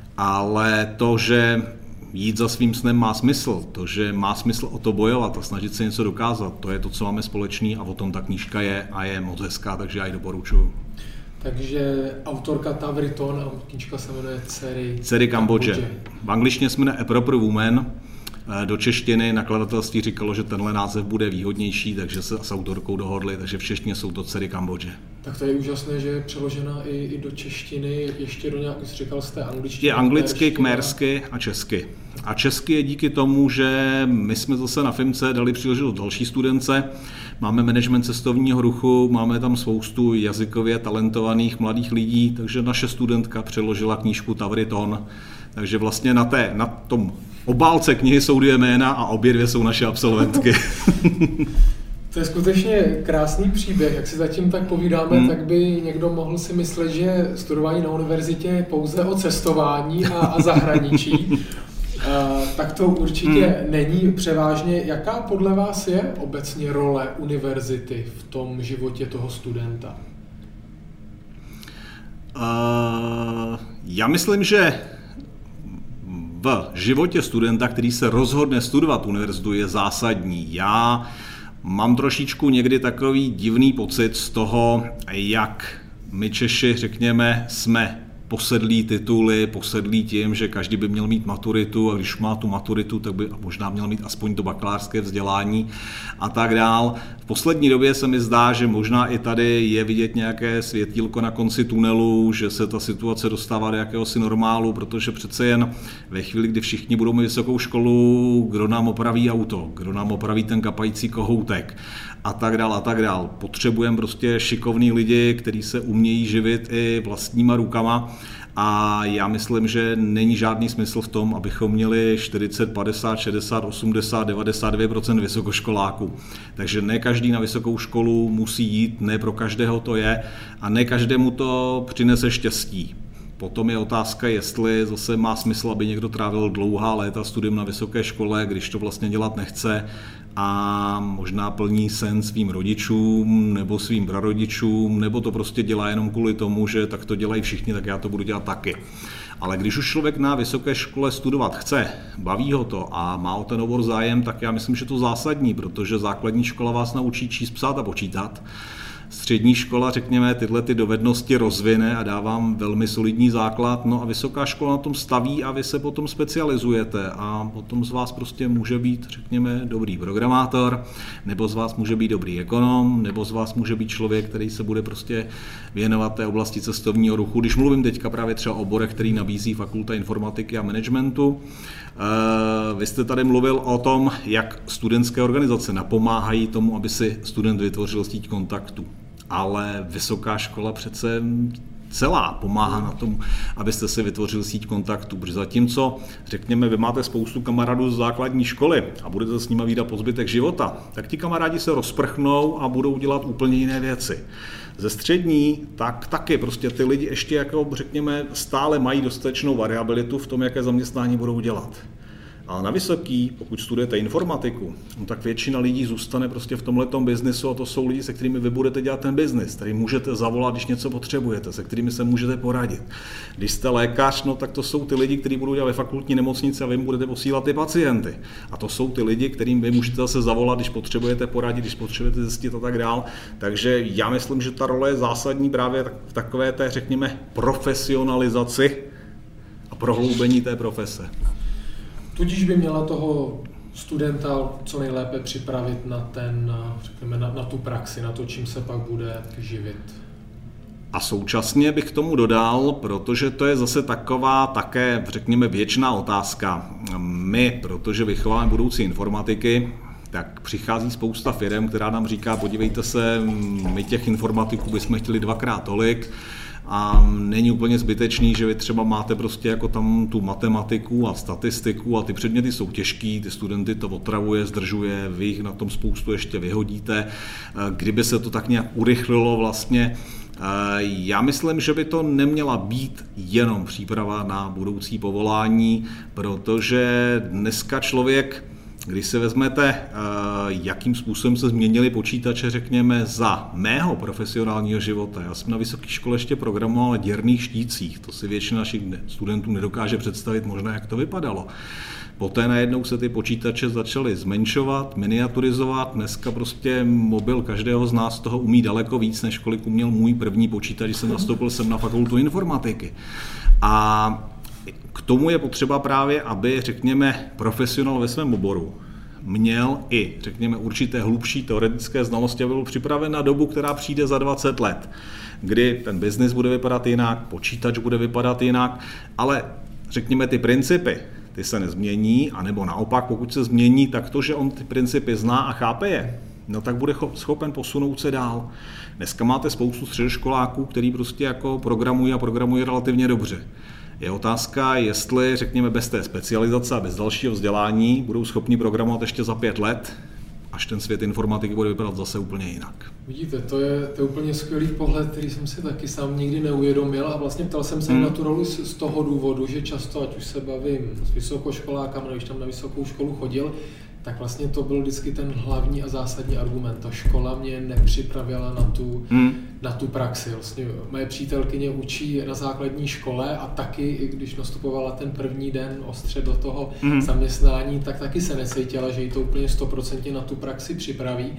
Ale to, že jít za svým snem má smysl, to, že má smysl o to bojovat a snažit se něco dokázat, to je to, co máme společný, a o tom ta knížka je a je moc hezká, takže já ji doporučuji. Takže autorka Tavriton a knížka se jmenuje Dcery, Dcery Kambodže. V angličtině se jmenuje A Proper Woman. Do češtiny nakladatelství říkalo, že tenhle název bude výhodnější, takže se s autorkou dohodli, takže v češtině jsou to Dcery Kambodže. Tak to je úžasné, že je přeložena i, i do češtiny, ještě do nějak, říkal jste angličtiny. Je anglicky, kmérsky a česky. A česky je díky tomu, že my jsme zase na FIMce dali příležitost další studence. Máme management cestovního ruchu, máme tam spoustu jazykově talentovaných mladých lidí, takže naše studentka přeložila knížku Tavriton. Takže vlastně na, té, na tom obálce knihy jsou dvě jména a obě dvě jsou naše absolventky. To je skutečně krásný příběh. Jak si zatím tak povídáme, hmm. tak by někdo mohl si myslet, že studování na univerzitě je pouze o cestování a, a zahraničí. uh, tak to určitě hmm. není. Převážně, jaká podle vás je obecně role univerzity v tom životě toho studenta? Uh, já myslím, že v životě studenta, který se rozhodne studovat univerzitu, je zásadní. Já mám trošičku někdy takový divný pocit z toho, jak my Češi, řekněme, jsme posedlí tituly, posedlí tím, že každý by měl mít maturitu a když má tu maturitu, tak by možná měl mít aspoň to bakalářské vzdělání a tak dál. V poslední době se mi zdá, že možná i tady je vidět nějaké světýlko na konci tunelu, že se ta situace dostává do jakéhosi normálu, protože přece jen ve chvíli, kdy všichni budou mít vysokou školu, kdo nám opraví auto, kdo nám opraví ten kapající kohoutek a tak dál a tak dál. Potřebujeme prostě šikovný lidi, kteří se umějí živit i vlastníma rukama. A já myslím, že není žádný smysl v tom, abychom měli čtyřicet, padesát, šedesát, osmdesát, devadesát devět procent vysokoškoláků. Takže ne každý na vysokou školu musí jít, ne pro každého to je a ne každému to přinese štěstí. Potom je otázka, jestli zase má smysl, aby někdo trávil dlouhá léta studium na vysoké škole, když to vlastně dělat nechce a možná plní sen svým rodičům nebo svým prarodičům, nebo to prostě dělá jenom kvůli tomu, že tak to dělají všichni, tak já to budu dělat taky. Ale když už člověk na vysoké škole studovat chce, baví ho to a má o ten obor zájem, tak já myslím, že to zásadní, protože základní škola vás naučí číst, psát a počítat. Střední škola, řekněme, tyhle ty dovednosti rozvine a dá vám velmi solidní základ, no a vysoká škola na tom staví a vy se potom specializujete a potom z vás prostě může být, řekněme, dobrý programátor, nebo z vás může být dobrý ekonom, nebo z vás může být člověk, který se bude prostě věnovat té oblasti cestovního ruchu. Když mluvím teďka právě třeba o oborech, který nabízí Fakulta informatiky a managementu, vy jste tady mluvil o tom, jak studentské organizace napomáhají tomu, aby si student vytvořil síť kontaktů. Ale vysoká škola přece celá pomáhá na tom, abyste si vytvořil síť kontaktů. Protože zatímco, řekněme, vy máte spoustu kamarádů z základní školy a budete s nimi vídat po zbytek života, tak ti kamarádi se rozprchnou a budou dělat úplně jiné věci. Ze střední, tak taky prostě ty lidi ještě, jako řekněme, stále mají dostatečnou variabilitu v tom, jaké zaměstnání budou dělat. A na vysoký, pokud studujete informatiku, no tak většina lidí zůstane prostě v tomhletom biznisu a to jsou lidi, se kterými vy budete dělat ten biznis, který můžete zavolat, když něco potřebujete, se kterými se můžete poradit. Když jste lékař, no tak to jsou ty lidi, kteří budou dělat ve fakultní nemocnici a vy jim budete posílat ty pacienty. A to jsou ty lidi, kterým vy můžete zase zavolat, když potřebujete poradit, když potřebujete zjistit a tak dál. Takže já myslím, že ta role je zásadní právě v takové té, řekněme, profesionalizaci a prohloubení té profese. Tudíž by měla toho studenta co nejlépe připravit na, ten, řekněme, na, na tu praxi, na to, čím se pak bude živit. A současně bych k tomu dodal, protože to je zase taková také, řekněme, věčná otázka. My, protože vychováme budoucí informatiky, tak přichází spousta firem, která nám říká, podívejte se, my těch informatiků bychom chtěli dvakrát tolik, a není úplně zbytečný, že vy třeba máte prostě jako tam tu matematiku a statistiku a ty předměty jsou těžký, ty studenty to otravuje, zdržuje, vy jich na tom spoustu ještě vyhodíte. Kdyby se to tak nějak urychlilo vlastně, já myslím, že by to neměla být jenom příprava na budoucí povolání, protože dneska člověk, když si vezmete, jakým způsobem se změnily počítače, řekněme, za mého profesionálního života. Já jsem na vysoké škole ještě programoval na děrných štících. To si většina našich studentů nedokáže představit možná, jak to vypadalo. Poté najednou se ty počítače začaly zmenšovat, miniaturizovat. Dneska prostě mobil každého z nás toho umí daleko víc, než kolik uměl můj první počítač, když jsem nastoupil sem na fakultu informatiky. A k tomu je potřeba právě, aby, řekněme, profesionál ve svém oboru měl i, řekněme, určité hlubší teoretické znalosti a byl připraven na dobu, která přijde za dvacet let, kdy ten biznis bude vypadat jinak, počítač bude vypadat jinak, ale řekněme ty principy, ty se nezmění, anebo naopak, pokud se změní, tak to, že on ty principy zná a chápe je, no tak bude schopen posunout se dál. Dneska máte spoustu středoškoláků, který prostě jako programují a programují relativně dobře. Je otázka, jestli, řekněme, bez té specializace a bez dalšího vzdělání budou schopni programovat ještě za pět let, až ten svět informatiky bude vypadat zase úplně jinak. Vidíte, to je, to je úplně skvělý pohled, který jsem si taky sám nikdy neuvědomil a vlastně ptal jsem se hmm. na tu roli z, z toho důvodu, že často, ať už se bavím s vysokoškolákama, když tam na vysokou školu chodil, tak vlastně to byl vždycky ten hlavní a zásadní argument. Ta škola mě nepřipravila na tu, hmm. na tu praxi. Vlastně moje přítelkyně učí na základní škole a taky, i když nastupovala ten první den ostře do toho hmm. zaměstnání, tak taky se necítila, že jí to úplně stoprocentně na tu praxi připraví.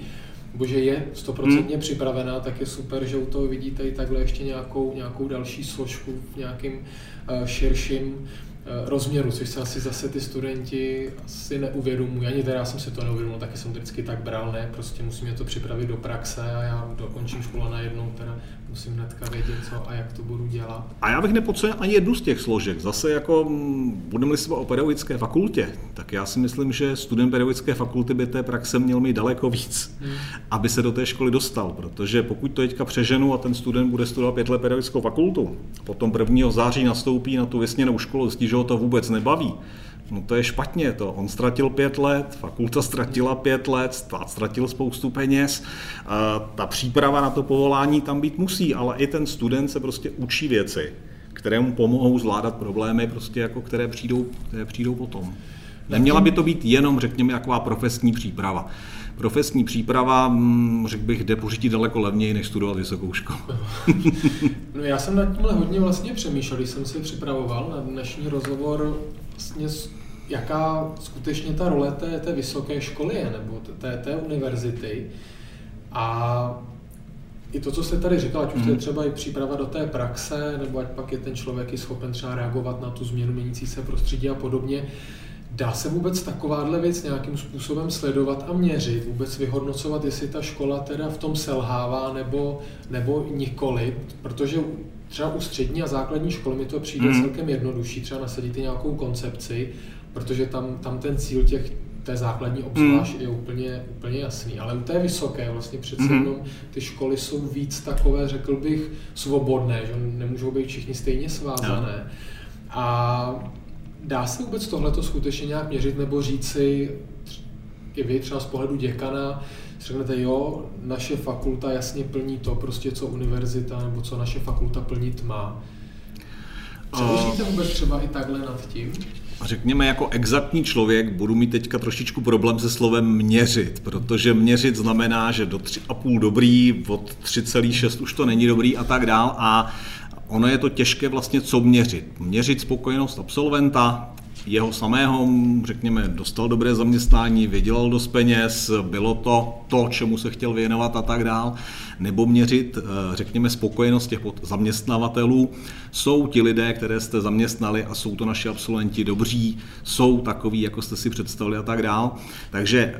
nebo že je stoprocentně hmm. připravená, tak je super, že u toho vidíte i takhle ještě nějakou, nějakou další složku v nějakým uh, širším uh, rozměru, což se asi zase ty studenti asi neuvědomují. Ani teda já jsem si to neuvědomil, taky jsem vždycky tak bral, ne, prostě musím je to připravit do praxe a já dokončím školu a najednou teda musím hnedka vědět, co a jak to budu dělat. A já bych nepodcenil ani jednu z těch složek. Zase jako budeme-li se o pedagogické fakultě, tak já si myslím, že student pedagogické fakulty by té praxe měl mít daleko víc, hmm. aby se do té školy dostal, protože pokud to teďka přeženu a ten student bude studovat pět let pedagogickou fakultu, potom prvního září nastoupí na tu vysněnou školu, zjistí, že ho to vůbec nebaví, no to je špatně to. On ztratil pět let, fakulta ztratila pět let, stát ztratil spoustu peněz. Ta příprava na to povolání tam být musí, ale i ten student se prostě učí věci, které mu pomohou zvládat problémy, prostě jako které přijdou, které přijdou potom. Neměla by to být jenom, řekněme, taková profesní příprava. Profesní příprava, řekl bych, jde pořídit daleko levněji, než studovat vysokou školu. No já jsem nad tímhle hodně vlastně přemýšlel, když jsem si připravoval na dnešní rozhovor, vlastně jaká skutečně ta role té, té vysoké školy je, nebo té, té univerzity. A i to, co jste tady říkal, ať už to je třeba i příprava do té praxe, nebo ať pak je ten člověk i schopen třeba reagovat na tu změnu měnící se prostředí a podobně. Dá se vůbec takováhle věc nějakým způsobem sledovat a měřit, vůbec vyhodnocovat, jestli ta škola teda v tom selhává nebo, nebo nikoli, protože třeba u střední a základní školy mi to přijde mm. celkem jednodušší, třeba nasadit nějakou koncepci, protože tam, tam ten cíl těch, té základní obzvlášť mm. je úplně, úplně jasný, ale u té vysoké vlastně přece mm. jenom ty školy jsou víc takové, řekl bych, svobodné, že nemůžou být všichni stejně svázané. No. A dá se vůbec tohleto skutečně nějak měřit nebo říci, i vy třeba z pohledu děkana, řeknete, jo, naše fakulta jasně plní to, prostě co univerzita nebo co naše fakulta plnit má. Přemýšlíte vůbec třeba i takhle nad tím? Řekněme, jako exaktní člověk budu mít teďka trošičku problém se slovem měřit, protože měřit znamená, že do tři a půl dobrý, od tři celá šest už to není dobrý a tak dál a ono je to těžké vlastně co měřit. Měřit spokojenost absolventa, jeho samého, řekněme, dostal dobré zaměstnání, vydělal dost peněz, bylo to to, čemu se chtěl věnovat a tak dál, nebo měřit, řekněme, spokojenost těch zaměstnavatelů. Jsou ti lidé, které jste zaměstnali a jsou to naši absolventi dobří, jsou takový, jako jste si představili a tak dál. Takže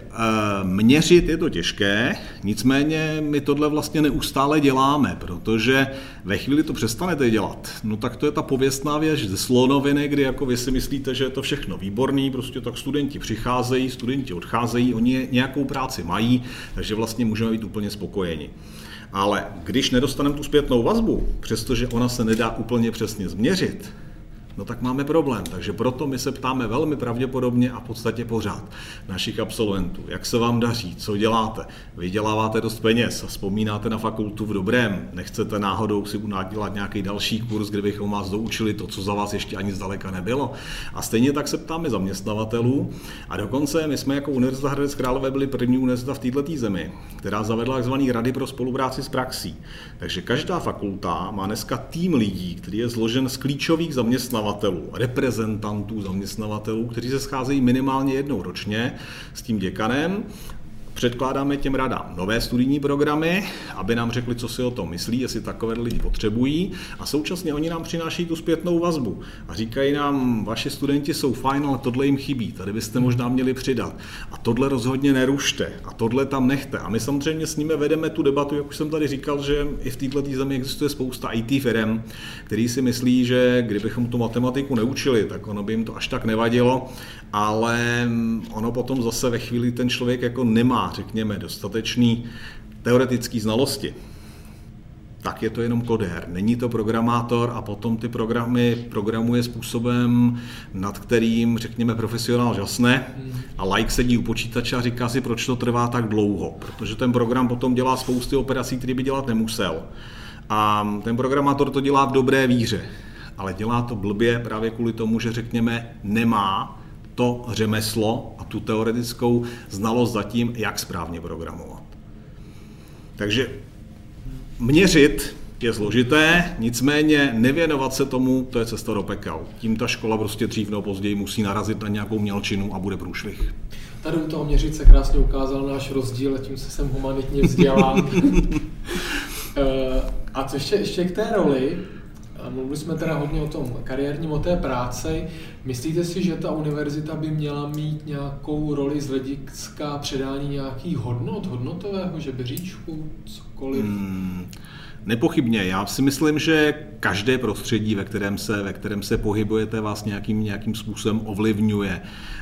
měřit je to těžké, nicméně my tohle vlastně neustále děláme, protože ve chvíli to přestanete dělat, no tak to je ta pověstná věc ze slonoviny, kdy jako vy si myslíte, že je to všechno výborný, prostě tak studenti přicházejí, studenti odcházejí, oni nějakou práci mají, takže vlastně můžeme být úplně spokojeni. Ale když nedostaneme tu zpětnou vazbu, přestože ona se nedá úplně přesně změřit, no tak máme problém. Takže proto my se ptáme velmi pravděpodobně a v podstatě pořád našich absolventů, jak se vám daří, co děláte, vyděláváte dost peněz a vzpomínáte na fakultu v dobrém, nechcete náhodou si udělat nějaký další kurz, kde bychom vás doučili to, co za vás ještě ani zdaleka nebylo. A stejně tak se ptáme zaměstnavatelů a dokonce my jsme jako Univerzita Hradec Králové byli první univerzita v této zemi, která zavedla tzv. Rady pro spolupráci s praxí. Takže každá fakulta má dneska tým lidí, který je zložen z klíčových zaměstnavatelů, reprezentantů zaměstnavatelů, kteří se scházejí minimálně jednou ročně s tím děkanem. Předkládáme těm radám nové studijní programy, aby nám řekli, co si o tom myslí, jestli takové lidi potřebují a současně oni nám přináší tu zpětnou vazbu a říkají nám, vaši studenti jsou fajn, ale tohle jim chybí, tady byste možná měli přidat a tohle rozhodně nerušte a tohle tam nechte a my samozřejmě s nimi vedeme tu debatu, jak už jsem tady říkal, že i v této zemi existuje spousta í té firem, který si myslí, že kdybychom tu matematiku neučili, tak ono by jim to až tak nevadilo, ale ono potom zase ve chvíli ten člověk jako nemá, řekněme, dostatečný teoretický znalosti, tak je to jenom kodér. Není to programátor a potom ty programy programuje způsobem, nad kterým, řekněme, profesionál žasne a laik sedí u počítače a říká si, proč to trvá tak dlouho, protože ten program potom dělá spousty operací, které by dělat nemusel. A ten programátor to dělá v dobré víře, ale dělá to blbě právě kvůli tomu, že, řekněme, nemá to řemeslo a tu teoretickou znalost za tím, jak správně programovat. Takže měřit je složité, nicméně nevěnovat se tomu, to je cesta do pekel. Tím ta škola prostě dřív nebo později musí narazit na nějakou mělčinu a bude průšvih. Tady u toho Měřic se krásně ukázal náš rozdíl, a tím se jsem humanitně vzdělán. A co ještě, ještě k té roli, mluvili jsme teda hodně o tom kariérním, o té práci. Myslíte si, že ta univerzita by měla mít nějakou roli z hlediska předání nějakých hodnot, hodnotového žebříčku, cokoliv? Hmm. Nepochybně. Já si myslím, že každé prostředí, ve kterém se, ve kterém se pohybujete, vás nějakým, nějakým způsobem ovlivňuje.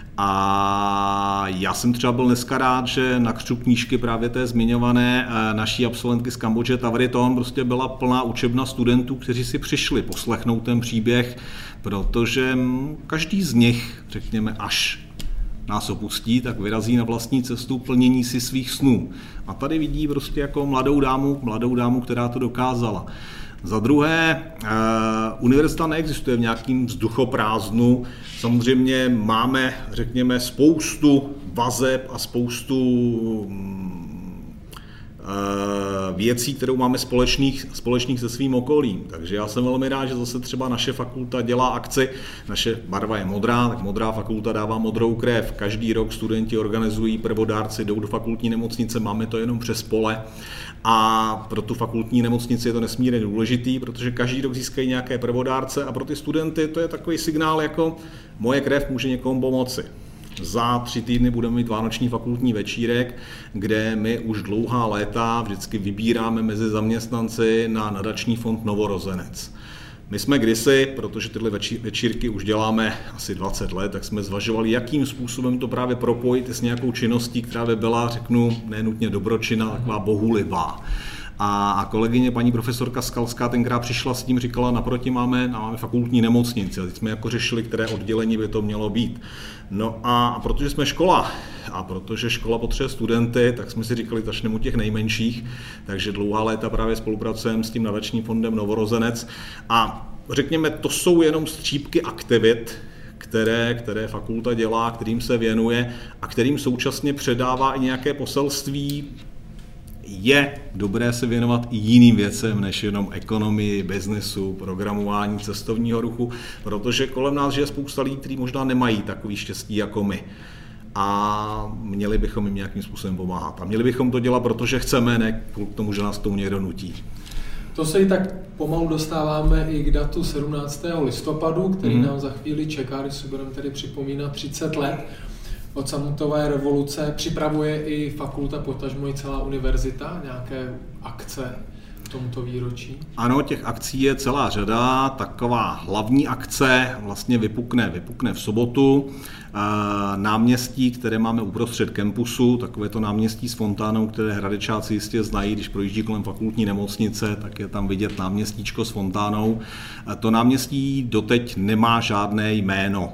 A já jsem třeba byl dneska rád, že na křtu knížky právě té zmiňované naší absolventky z Kambodže Tavriton prostě byla plná učebna studentů, kteří si přišli poslechnout ten příběh, protože každý z nich, řekněme, až nás opustí, tak vyrazí na vlastní cestu plnění si svých snů. A tady vidí prostě jako mladou dámu, mladou dámu, která to dokázala. Za druhé, univerzita neexistuje v nějakým vzduchoprázdnu. Samozřejmě máme, řekněme, spoustu vazeb a spoustu věcí, kterou máme společných, společných se svým okolím. Takže já jsem velmi rád, že zase třeba naše fakulta dělá akci, naše barva je modrá, tak modrá fakulta dává modrou krev. Každý rok studenti organizují prvodárci, jdou do fakultní nemocnice, máme to jenom přes pole. A pro tu fakultní nemocnici je to nesmírně důležitý, protože každý rok získají nějaké prvodárce a pro ty studenty to je takový signál jako moje krev může někomu pomoci. Za tři týdny budeme mít vánoční fakultní večírek, kde my už dlouhá léta vždycky vybíráme mezi zaměstnanci na nadační fond Novorozenec. My jsme kdysi, protože tyhle večírky už děláme asi dvacet let, tak jsme zvažovali, jakým způsobem to právě propojit s nějakou činností, která by byla, řeknu, nenutně dobročinná, taková bohulibá. A kolegyně paní profesorka Skalská tenkrát přišla s tím, říkala, naproti máme, máme fakultní nemocnici. A teď jsme jako řešili, které oddělení by to mělo být. No a protože jsme škola a protože škola potřebuje studenty, tak jsme si říkali, začneme u těch nejmenších. Takže dlouhá léta právě spolupracujeme s tím nadačním fondem Novorozenec. A řekněme, to jsou jenom střípky aktivit, které, které fakulta dělá, kterým se věnuje a kterým současně předává i nějaké poselství. Je dobré se věnovat i jiným věcem, než jenom ekonomii, biznesu, programování, cestovního ruchu, protože kolem nás je spousta lidí, kteří možná nemají takový štěstí jako my. A měli bychom jim nějakým způsobem pomáhat. A měli bychom to dělat, protože chceme, ne kvůli tomu, že nás tomu někdo nutí. To se i tak pomalu dostáváme i k datu sedmnáctého listopadu, který mm-hmm. nám za chvíli čeká, když si budeme tedy připomínat třicet let od sametové revoluce. Připravuje i fakulta, potažmo i celá univerzita nějaké akce k tomuto výročí? Ano, těch akcí je celá řada. Taková hlavní akce vlastně vypukne, vypukne v sobotu. Náměstí, které máme uprostřed kampusu, takové to náměstí s fontánou, které hradečáci jistě znají, když projíždí kolem fakultní nemocnice, tak je tam vidět náměstíčko s fontánou. To náměstí doteď nemá žádné jméno.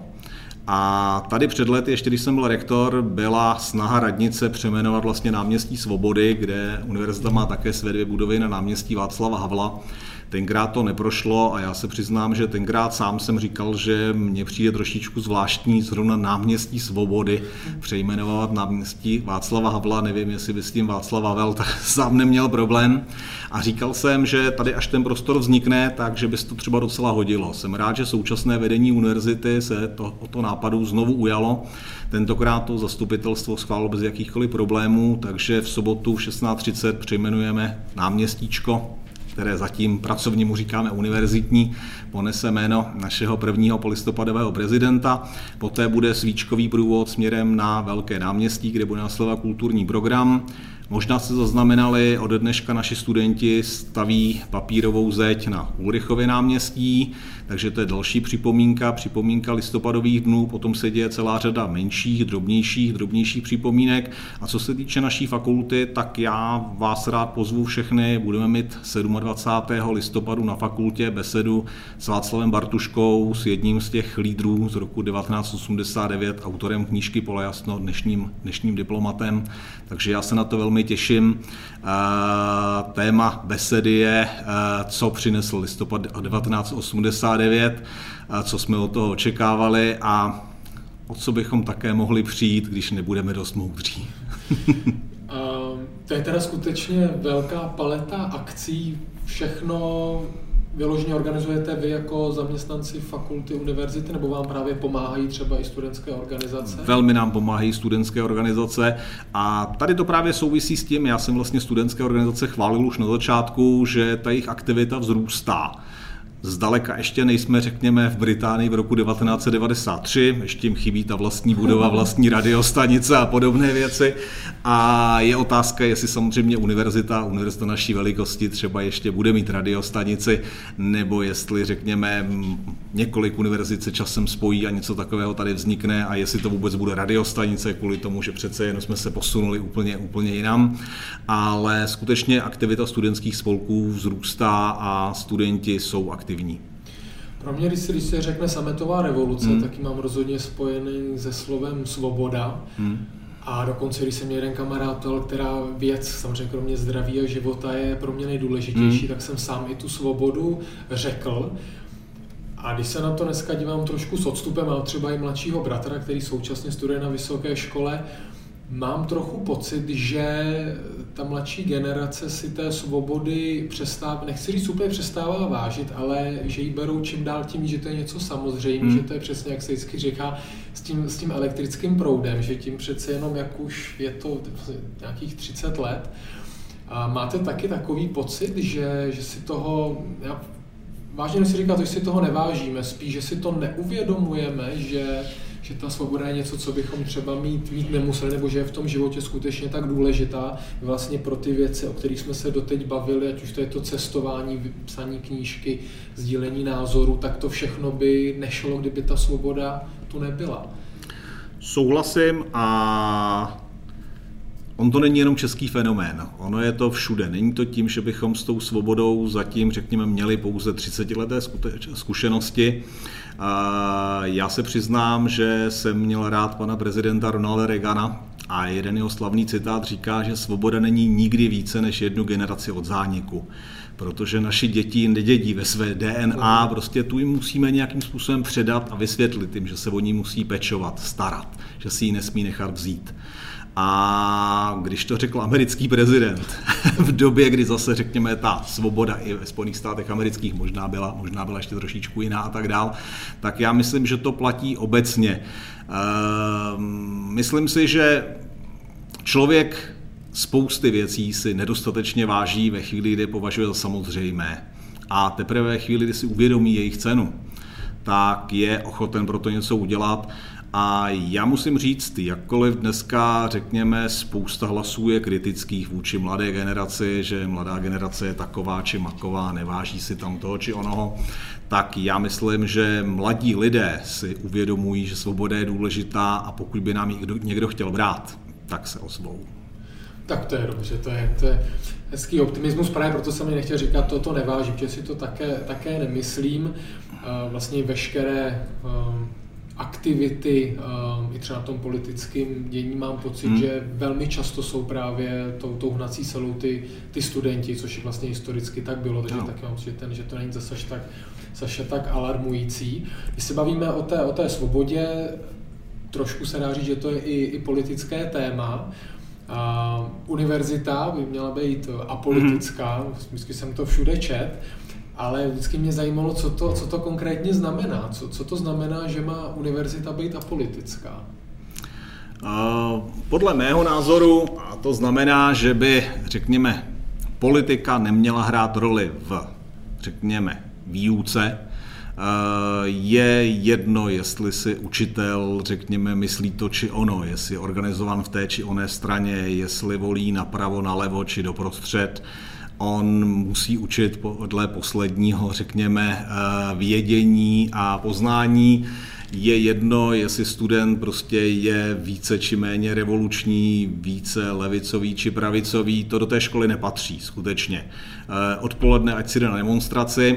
A tady před lety, ještě když jsem byl rektor, byla snaha radnice přejmenovat vlastně náměstí Svobody, kde univerzita má také své dvě budovy na náměstí Václava Havla. Tenkrát to neprošlo a já se přiznám, že tenkrát sám jsem říkal, že mně přijde trošičku zvláštní zrovna náměstí Svobody přejmenovat náměstí Václava Havla. Nevím, jestli by s tím Václav Havel tak sám neměl problém. A říkal jsem, že tady až ten prostor vznikne, takže by se to třeba docela hodilo. Jsem rád, že současné vedení univerzity se to, o to nápadu znovu ujalo. Tentokrát to zastupitelstvo schválilo bez jakýchkoliv problémů, takže v sobotu v šestnáct třicet přejmenujeme náměstíčko, které zatím pracovně mu říkáme univerzitní, ponese jméno našeho prvního polistopadového prezidenta. Poté bude svíčkový průvod směrem na Velké náměstí, kde bude následovat kulturní program. Možná jste zaznamenali, ode dneška naši studenti staví papírovou zeď na Ulrichově náměstí, takže to je další připomínka, připomínka listopadových dnů, potom se děje celá řada menších, drobnějších, drobnějších připomínek. A co se týče naší fakulty, tak já vás rád pozvu všechny, budeme mít dvacátého sedmého listopadu na fakultě besedu s Václavem Bartuškou, s jedním z těch lídrů z roku devatenáct osmdesát devět, autorem knížky Polojasno, dnešním, dnešním diplomatem, takže já se na to velmi těším. Téma besedy je, co přinesl listopad devatenáct osmdesát devět, co jsme od toho očekávali a o co bychom také mohli přijít, když nebudeme dost moudří. To je teda skutečně velká paleta akcí, všechno vyloženě organizujete vy jako zaměstnanci fakulty univerzity, nebo vám právě pomáhají třeba i studentské organizace? Velmi nám pomáhají studentské organizace a tady to právě souvisí s tím, já jsem vlastně studentské organizace chválil už na začátku, že ta jejich aktivita vzrůstá. Zdaleka ještě nejsme, řekněme, v Británii v roku devatenáct set devadesát tři, ještě jim chybí ta vlastní budova, vlastní radiostanice a podobné věci. A je otázka, jestli samozřejmě univerzita, univerzita naší velikosti třeba ještě bude mít radiostanici, nebo jestli, řekněme, několik univerzit se časem spojí a něco takového tady vznikne a jestli to vůbec bude radiostanice, kvůli tomu, že přece jen jsme se posunuli úplně, úplně jinam. Ale skutečně aktivita studentských spolků vzrůstá a studenti jsou aktivní. Pro mě, když se, když se řekne sametová revoluce, hmm. tak ji mám rozhodně spojený se slovem svoboda. Hmm. A dokonce, když jsem měl jeden kamarád, která věc, samozřejmě kromě zdraví a života, je pro mě nejdůležitější, hmm. tak jsem sám i tu svobodu řekl. A když se na to dneska dívám trošku s odstupem, mám třeba i mladšího bratra, který současně studuje na vysoké škole, mám trochu pocit, že ta mladší generace si té svobody přestává, nechci říct úplně přestává vážit, ale že ji berou čím dál tím, že to je něco samozřejmé, hmm. že to je přesně, jak se vždycky říká, s tím, s tím elektrickým proudem, že tím přece jenom, jak už je to nějakých třicet let. A máte taky takový pocit, že, že si toho, já vážně si říkat, že si toho nevážíme, spíš, že si to neuvědomujeme, že že ta svoboda je něco, co bychom třeba mít, mít nemuseli, nebo že je v tom životě skutečně tak důležitá vlastně pro ty věci, o kterých jsme se doteď bavili, ať už to je to cestování, psaní knížky, sdílení názoru, tak to všechno by nešlo, kdyby ta svoboda tu nebyla. Souhlasím a on to není jenom český fenomén, ono je to všude. Není to tím, že bychom s tou svobodou zatím, řekněme, měli pouze třicetileté zkušenosti. Já se přiznám, že jsem měl rád pana prezidenta Ronalda Reagana a jeden jeho slavný citát říká, že svoboda není nikdy více než jednu generaci od zániku. Protože naši děti nedědí ve své D N A, prostě tu jim musíme nějakým způsobem předat a vysvětlit jim, že se o ní musí pečovat, starat, že si ji nesmí nechat vzít. A když to řekl americký prezident v době, kdy zase, řekněme, ta svoboda i ve Spojených státech amerických možná byla, možná byla ještě trošičku jiná a tak dál, tak já myslím, že to platí obecně. Myslím si, že člověk spousty věcí si nedostatečně váží ve chvíli, kdy je považuje za samozřejmé. A teprve ve chvíli, kdy si uvědomí jejich cenu, tak je ochoten pro to něco udělat. A já musím říct, jakkoliv dneska, řekněme, spousta hlasů je kritických vůči mladé generaci, že mladá generace je taková či maková, neváží si tam toho či onoho, tak já myslím, že mladí lidé si uvědomují, že svoboda je důležitá a pokud by nám ji někdo chtěl brát, tak se ozvou. Tak to je dobře, to je, to je hezký optimismus, právě proto jsem mi nechtěl říkat, toto nevážím, že si to také, také nemyslím. Vlastně veškeré aktivity, i třeba na tom politickém dění mám pocit, hmm. že velmi často jsou právě tou, tou hnací silou ty, ty studenti, což vlastně historicky tak bylo, takže no. taky mám pocit, že to není zase tak, zase tak alarmující. Když se bavíme o té, o té svobodě, trošku se dá říct, že to je i, i politické téma. Uh, univerzita by měla být apolitická, mm-hmm. vždycky jsem to všude čet, ale vždycky mě zajímalo, co to, co to konkrétně znamená. Co, co to znamená, že má univerzita být apolitická? Uh, podle mého názoru to znamená, že by, řekněme, politika neměla hrát roli v, řekněme, výuce. Je jedno, jestli si učitel, řekněme, myslí to či ono, jestli je organizovan v té či oné straně, jestli volí napravo, nalevo či doprostřed. On musí učit podle posledního, řekněme, vědění a poznání. Je jedno, jestli student prostě je více či méně revoluční, více levicový či pravicový, to do té školy nepatří skutečně. Odpoledne ať si jde na demonstraci,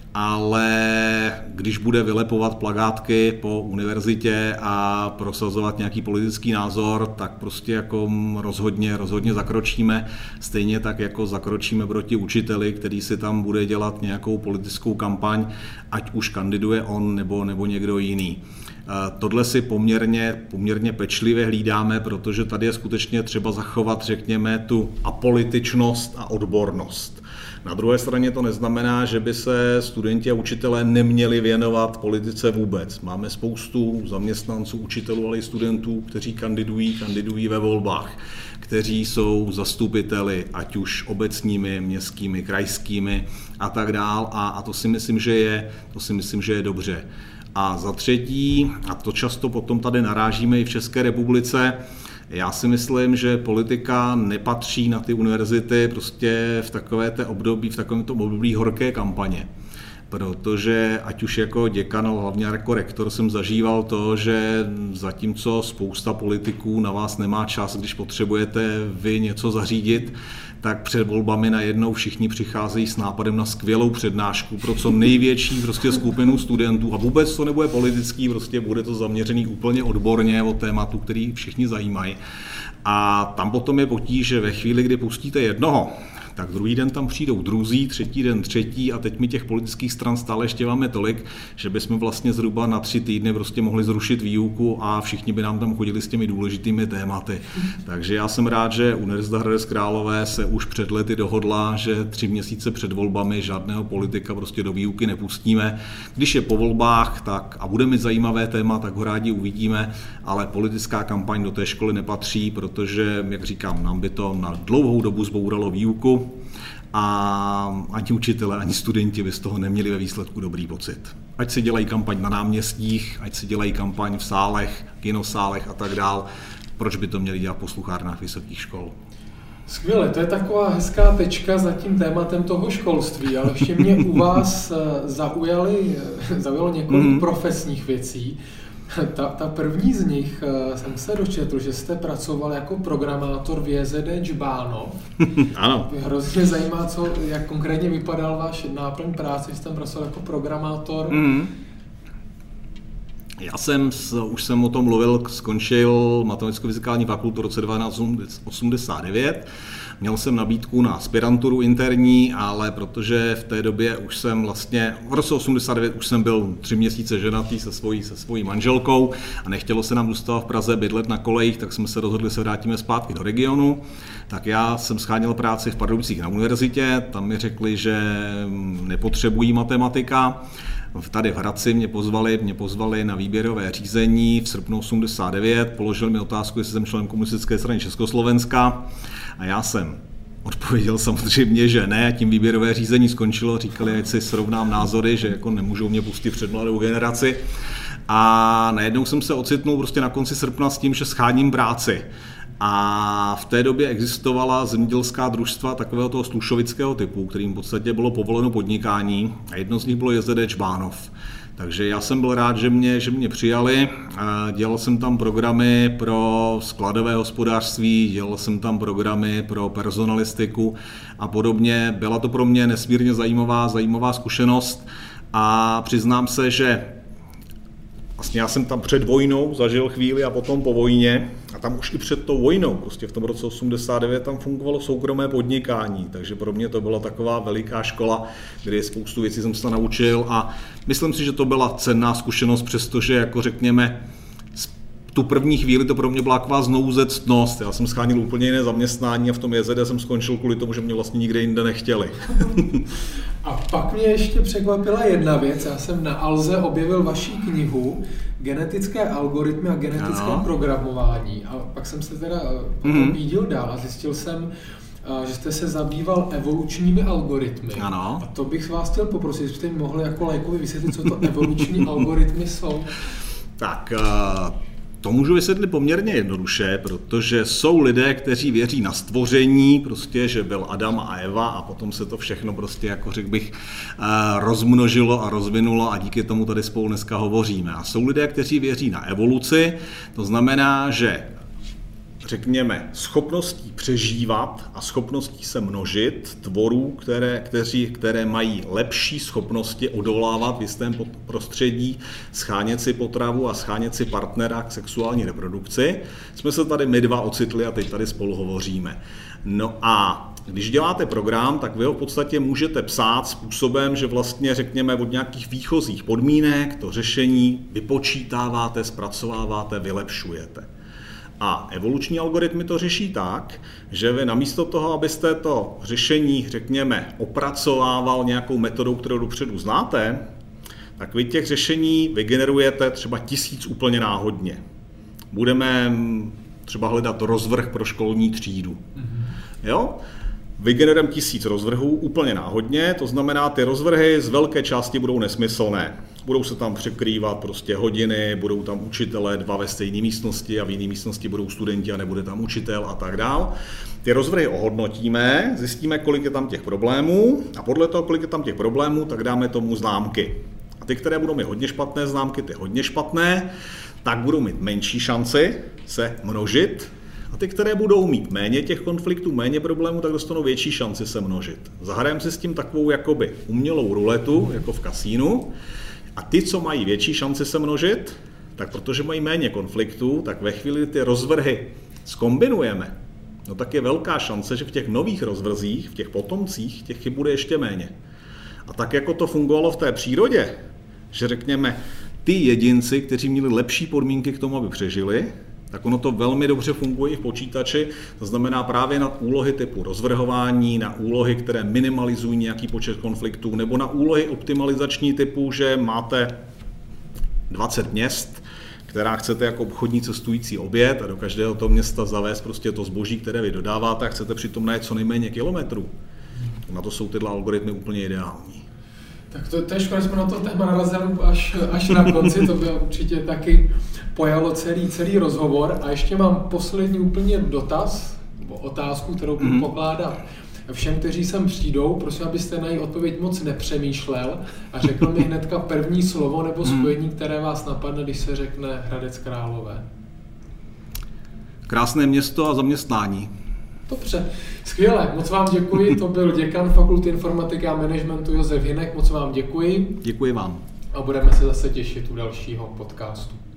ale když bude vylepovat plakátky po univerzitě a prosazovat nějaký politický názor, tak prostě jako rozhodně, rozhodně zakročíme. Stejně tak jako zakročíme proti učiteli, který si tam bude dělat nějakou politickou kampaň, ať už kandiduje on nebo, nebo někdo jiný. Tohle si poměrně, poměrně pečlivě hlídáme, protože tady je skutečně třeba zachovat, řekněme, tu apolitičnost a odbornost. Na druhé straně to neznamená, že by se studenti a učitelé neměli věnovat politice vůbec. Máme spoustu zaměstnanců, učitelů, ale i studentů, kteří kandidují, kandidují ve volbách, kteří jsou zastupiteli, ať už obecními, městskými, krajskými a tak dál. A, a to si myslím, že je, to si myslím, že je dobře. A za třetí, a to často potom tady narážíme i v České republice, já si myslím, že politika nepatří na ty univerzity prostě v takové té období, v takovémto období horké kampaně. Protože ať už jako děkan, ale hlavně jako rektor jsem zažíval to, že zatímco spousta politiků na vás nemá čas, když potřebujete vy něco zařídit, tak před volbami najednou všichni přicházejí s nápadem na skvělou přednášku pro co největší prostě skupinu studentů a vůbec to nebude politický, prostě bude to zaměřený úplně odborně o tématu, který všichni zajímají. A tam potom je potíž, že ve chvíli, kdy pustíte jednoho, tak druhý den tam přijdou druzí, třetí den třetí a teď my těch politických stran stále ještě máme tolik, že bychom vlastně zhruba na tři týdny prostě mohli zrušit výuku a všichni by nám tam chodili s těmi důležitými tématy. Takže já jsem rád, že Univerzita Hradec Králové se už před lety dohodla, že tři měsíce před volbami žádného politika prostě do výuky nepustíme. Když je po volbách tak a bude mít zajímavé téma, tak ho rádi uvidíme, ale politická kampaň do té školy nepatří, protože, jak říkám, nám by to na dlouhou dobu zbouralo výuku, a ani učitelé, ani studenti by z toho neměli ve výsledku dobrý pocit. Ať si dělají kampaň na náměstích, ať si dělají kampaň v sálech, kinosálech a tak dál, proč by to měli dělat v posluchárnách vysokých škol? Skvěle, to je taková hezká tečka za tím tématem toho školství, ale ještě mě u vás zaujali, zaujalo několik mm. profesních věcí. Ta, ta první z nich jsem se dočetl, že jste pracoval jako programátor v J Z D Žbánov. Ano. Mě hrozně zajímá, co, jak konkrétně vypadal váš náplň práce, že jste pracoval jako programátor. Mm. Já jsem, už jsem o tom mluvil, skončil matematicko-fyzikální fakultu v roce devatenáct osmdesát devět. Měl jsem nabídku na aspiranturu interní, ale protože v té době už jsem vlastně, v roce osmdesát devět už jsem byl tři měsíce ženatý se svojí, se svojí manželkou a nechtělo se nám zůstat v Praze bydlet na kolejích, tak jsme se rozhodli, se vrátíme zpátky do regionu. Tak já jsem scháněl práci v Pardubicích na univerzitě, tam mi řekli, že nepotřebují matematika. Tady v Hradci mě pozvali, mě pozvali na výběrové řízení v srpnu osmdesát devět, položili mi otázku, jestli jsem členem Komunistické strany Československa a já jsem odpověděl samozřejmě, že ne, tím výběrové řízení skončilo, říkali, ať si srovnám názory, že jako nemůžou mě pustit před mladou generaci a najednou jsem se ocitnul prostě na konci srpna s tím, že scháním práci. A v té době existovala zemědělská družstva takového toho slušovického typu, kterým v podstatě bylo povoleno podnikání a jedno z nich bylo J Z D Žbánov. Takže já jsem byl rád, že mě, že mě přijali, dělal jsem tam programy pro skladové hospodářství, dělal jsem tam programy pro personalistiku a podobně. Byla to pro mě nesmírně zajímavá, zajímavá zkušenost a přiznám se, že vlastně já jsem tam před vojnou zažil chvíli a potom po vojně a tam už i před tou vojnou, prostě v tom roce osmdesát devět tam fungovalo soukromé podnikání, takže pro mě to byla taková veliká škola, kde spoustu věcí jsem se naučil a myslím si, že to byla cenná zkušenost, přestože jako řekněme, tu první chvíli to pro mě byla taková znouzectnost. Já jsem scháněl úplně jiné zaměstnání a v tom J Z D jsem skončil kvůli tomu, že mě vlastně nikde jinde nechtěli. A pak mě ještě překvapila jedna věc. Já jsem na Alze objevil vaši knihu Genetické algoritmy a genetické ano. programování. A pak jsem se teda mm-hmm. obídil dál a zjistil jsem, že jste se zabýval evolučními algoritmy. Ano. A to bych vás chtěl poprosit, jestli mi mohli jako laikovi vysvětlit, co to evoluční algoritmy jsou. Tak... Uh... To můžu vysvětlit poměrně jednoduše, protože jsou lidé, kteří věří na stvoření, prostě, že byl Adam a Eva a potom se to všechno prostě, jako řekl bych, rozmnožilo a rozvinulo a díky tomu tady spolu dneska hovoříme. A jsou lidé, kteří věří na evoluci, to znamená, že řekněme, schopností přežívat a schopností se množit tvorů, které, kteří, které mají lepší schopnosti odolávat v jistém prostředí, schánět si potravu a schánět si partnera k sexuální reprodukci. Jsme se tady my dva ocitli a teď tady spolu hovoříme. No a když děláte program, tak vy ho v podstatě můžete psát způsobem, že vlastně řekněme od nějakých výchozích podmínek to řešení vypočítáváte, zpracováváte, vylepšujete. A evoluční algoritmy to řeší tak, že vy namísto toho, abyste to řešení, řekněme, opracovával nějakou metodou, kterou dopředu znáte, tak vy těch řešení vygenerujete třeba tisíc úplně náhodně. Budeme třeba hledat rozvrh pro školní třídu. Jo? Vygenerujeme tisíc rozvrhů úplně náhodně, to znamená, ty rozvrhy z velké části budou nesmyslné. Budou se tam překrývat prostě hodiny, budou tam učitelé dva ve stejné místnosti a v jiné místnosti budou studenti a nebude tam učitel a tak dál. Ty rozvrhy ohodnotíme, zjistíme, kolik je tam těch problémů a podle toho, kolik je tam těch problémů, tak dáme tomu známky. A ty, které budou mít hodně špatné známky, ty hodně špatné, tak budou mít menší šanci se množit. A ty, které budou mít méně těch konfliktů, méně problémů, tak dostanou větší šanci se množit. Zahrajeme si s tím takovou jakoby umělou ruletu, jako v kasínu. A ty, co mají větší šanci se množit, tak protože mají méně konfliktů, tak ve chvíli ty rozvrhy zkombinujeme, no tak je velká šance, že v těch nových rozvrzích, v těch potomcích, těch chyb bude ještě méně. A tak jako to fungovalo v té přírodě, že řekněme, ty jedinci, kteří měli lepší podmínky k tomu, aby přežili, tak ono to velmi dobře funguje i v počítači, to znamená právě na úlohy typu rozvrhování, na úlohy, které minimalizují nějaký počet konfliktů, nebo na úlohy optimalizační typu, že máte dvacet měst, která chcete jako obchodní cestující obět a do každého toho města zavést prostě to zboží, které vy dodáváte a chcete přitom najet co nejméně kilometrů. Na to jsou tyhle algoritmy úplně ideální. Tak to, to je škoda, jsme na to téma narazili až, až na konci, to by určitě taky pojalo celý, celý rozhovor. A ještě mám poslední úplně dotaz, nebo otázku, kterou budu mm-hmm. pokládat všem, kteří sem přijdou. Prosím, abyste na její odpověď moc nepřemýšlel a řekl mi hnedka první slovo nebo spojení, které vás napadne, když se řekne Hradec Králové. Krásné město a zaměstnání. Dobře, skvěle, moc vám děkuji, to byl děkan Fakulty informatiky a managementu Josef Hynek, moc vám děkuji. Děkuji vám. A budeme se zase těšit u dalšího podcastu.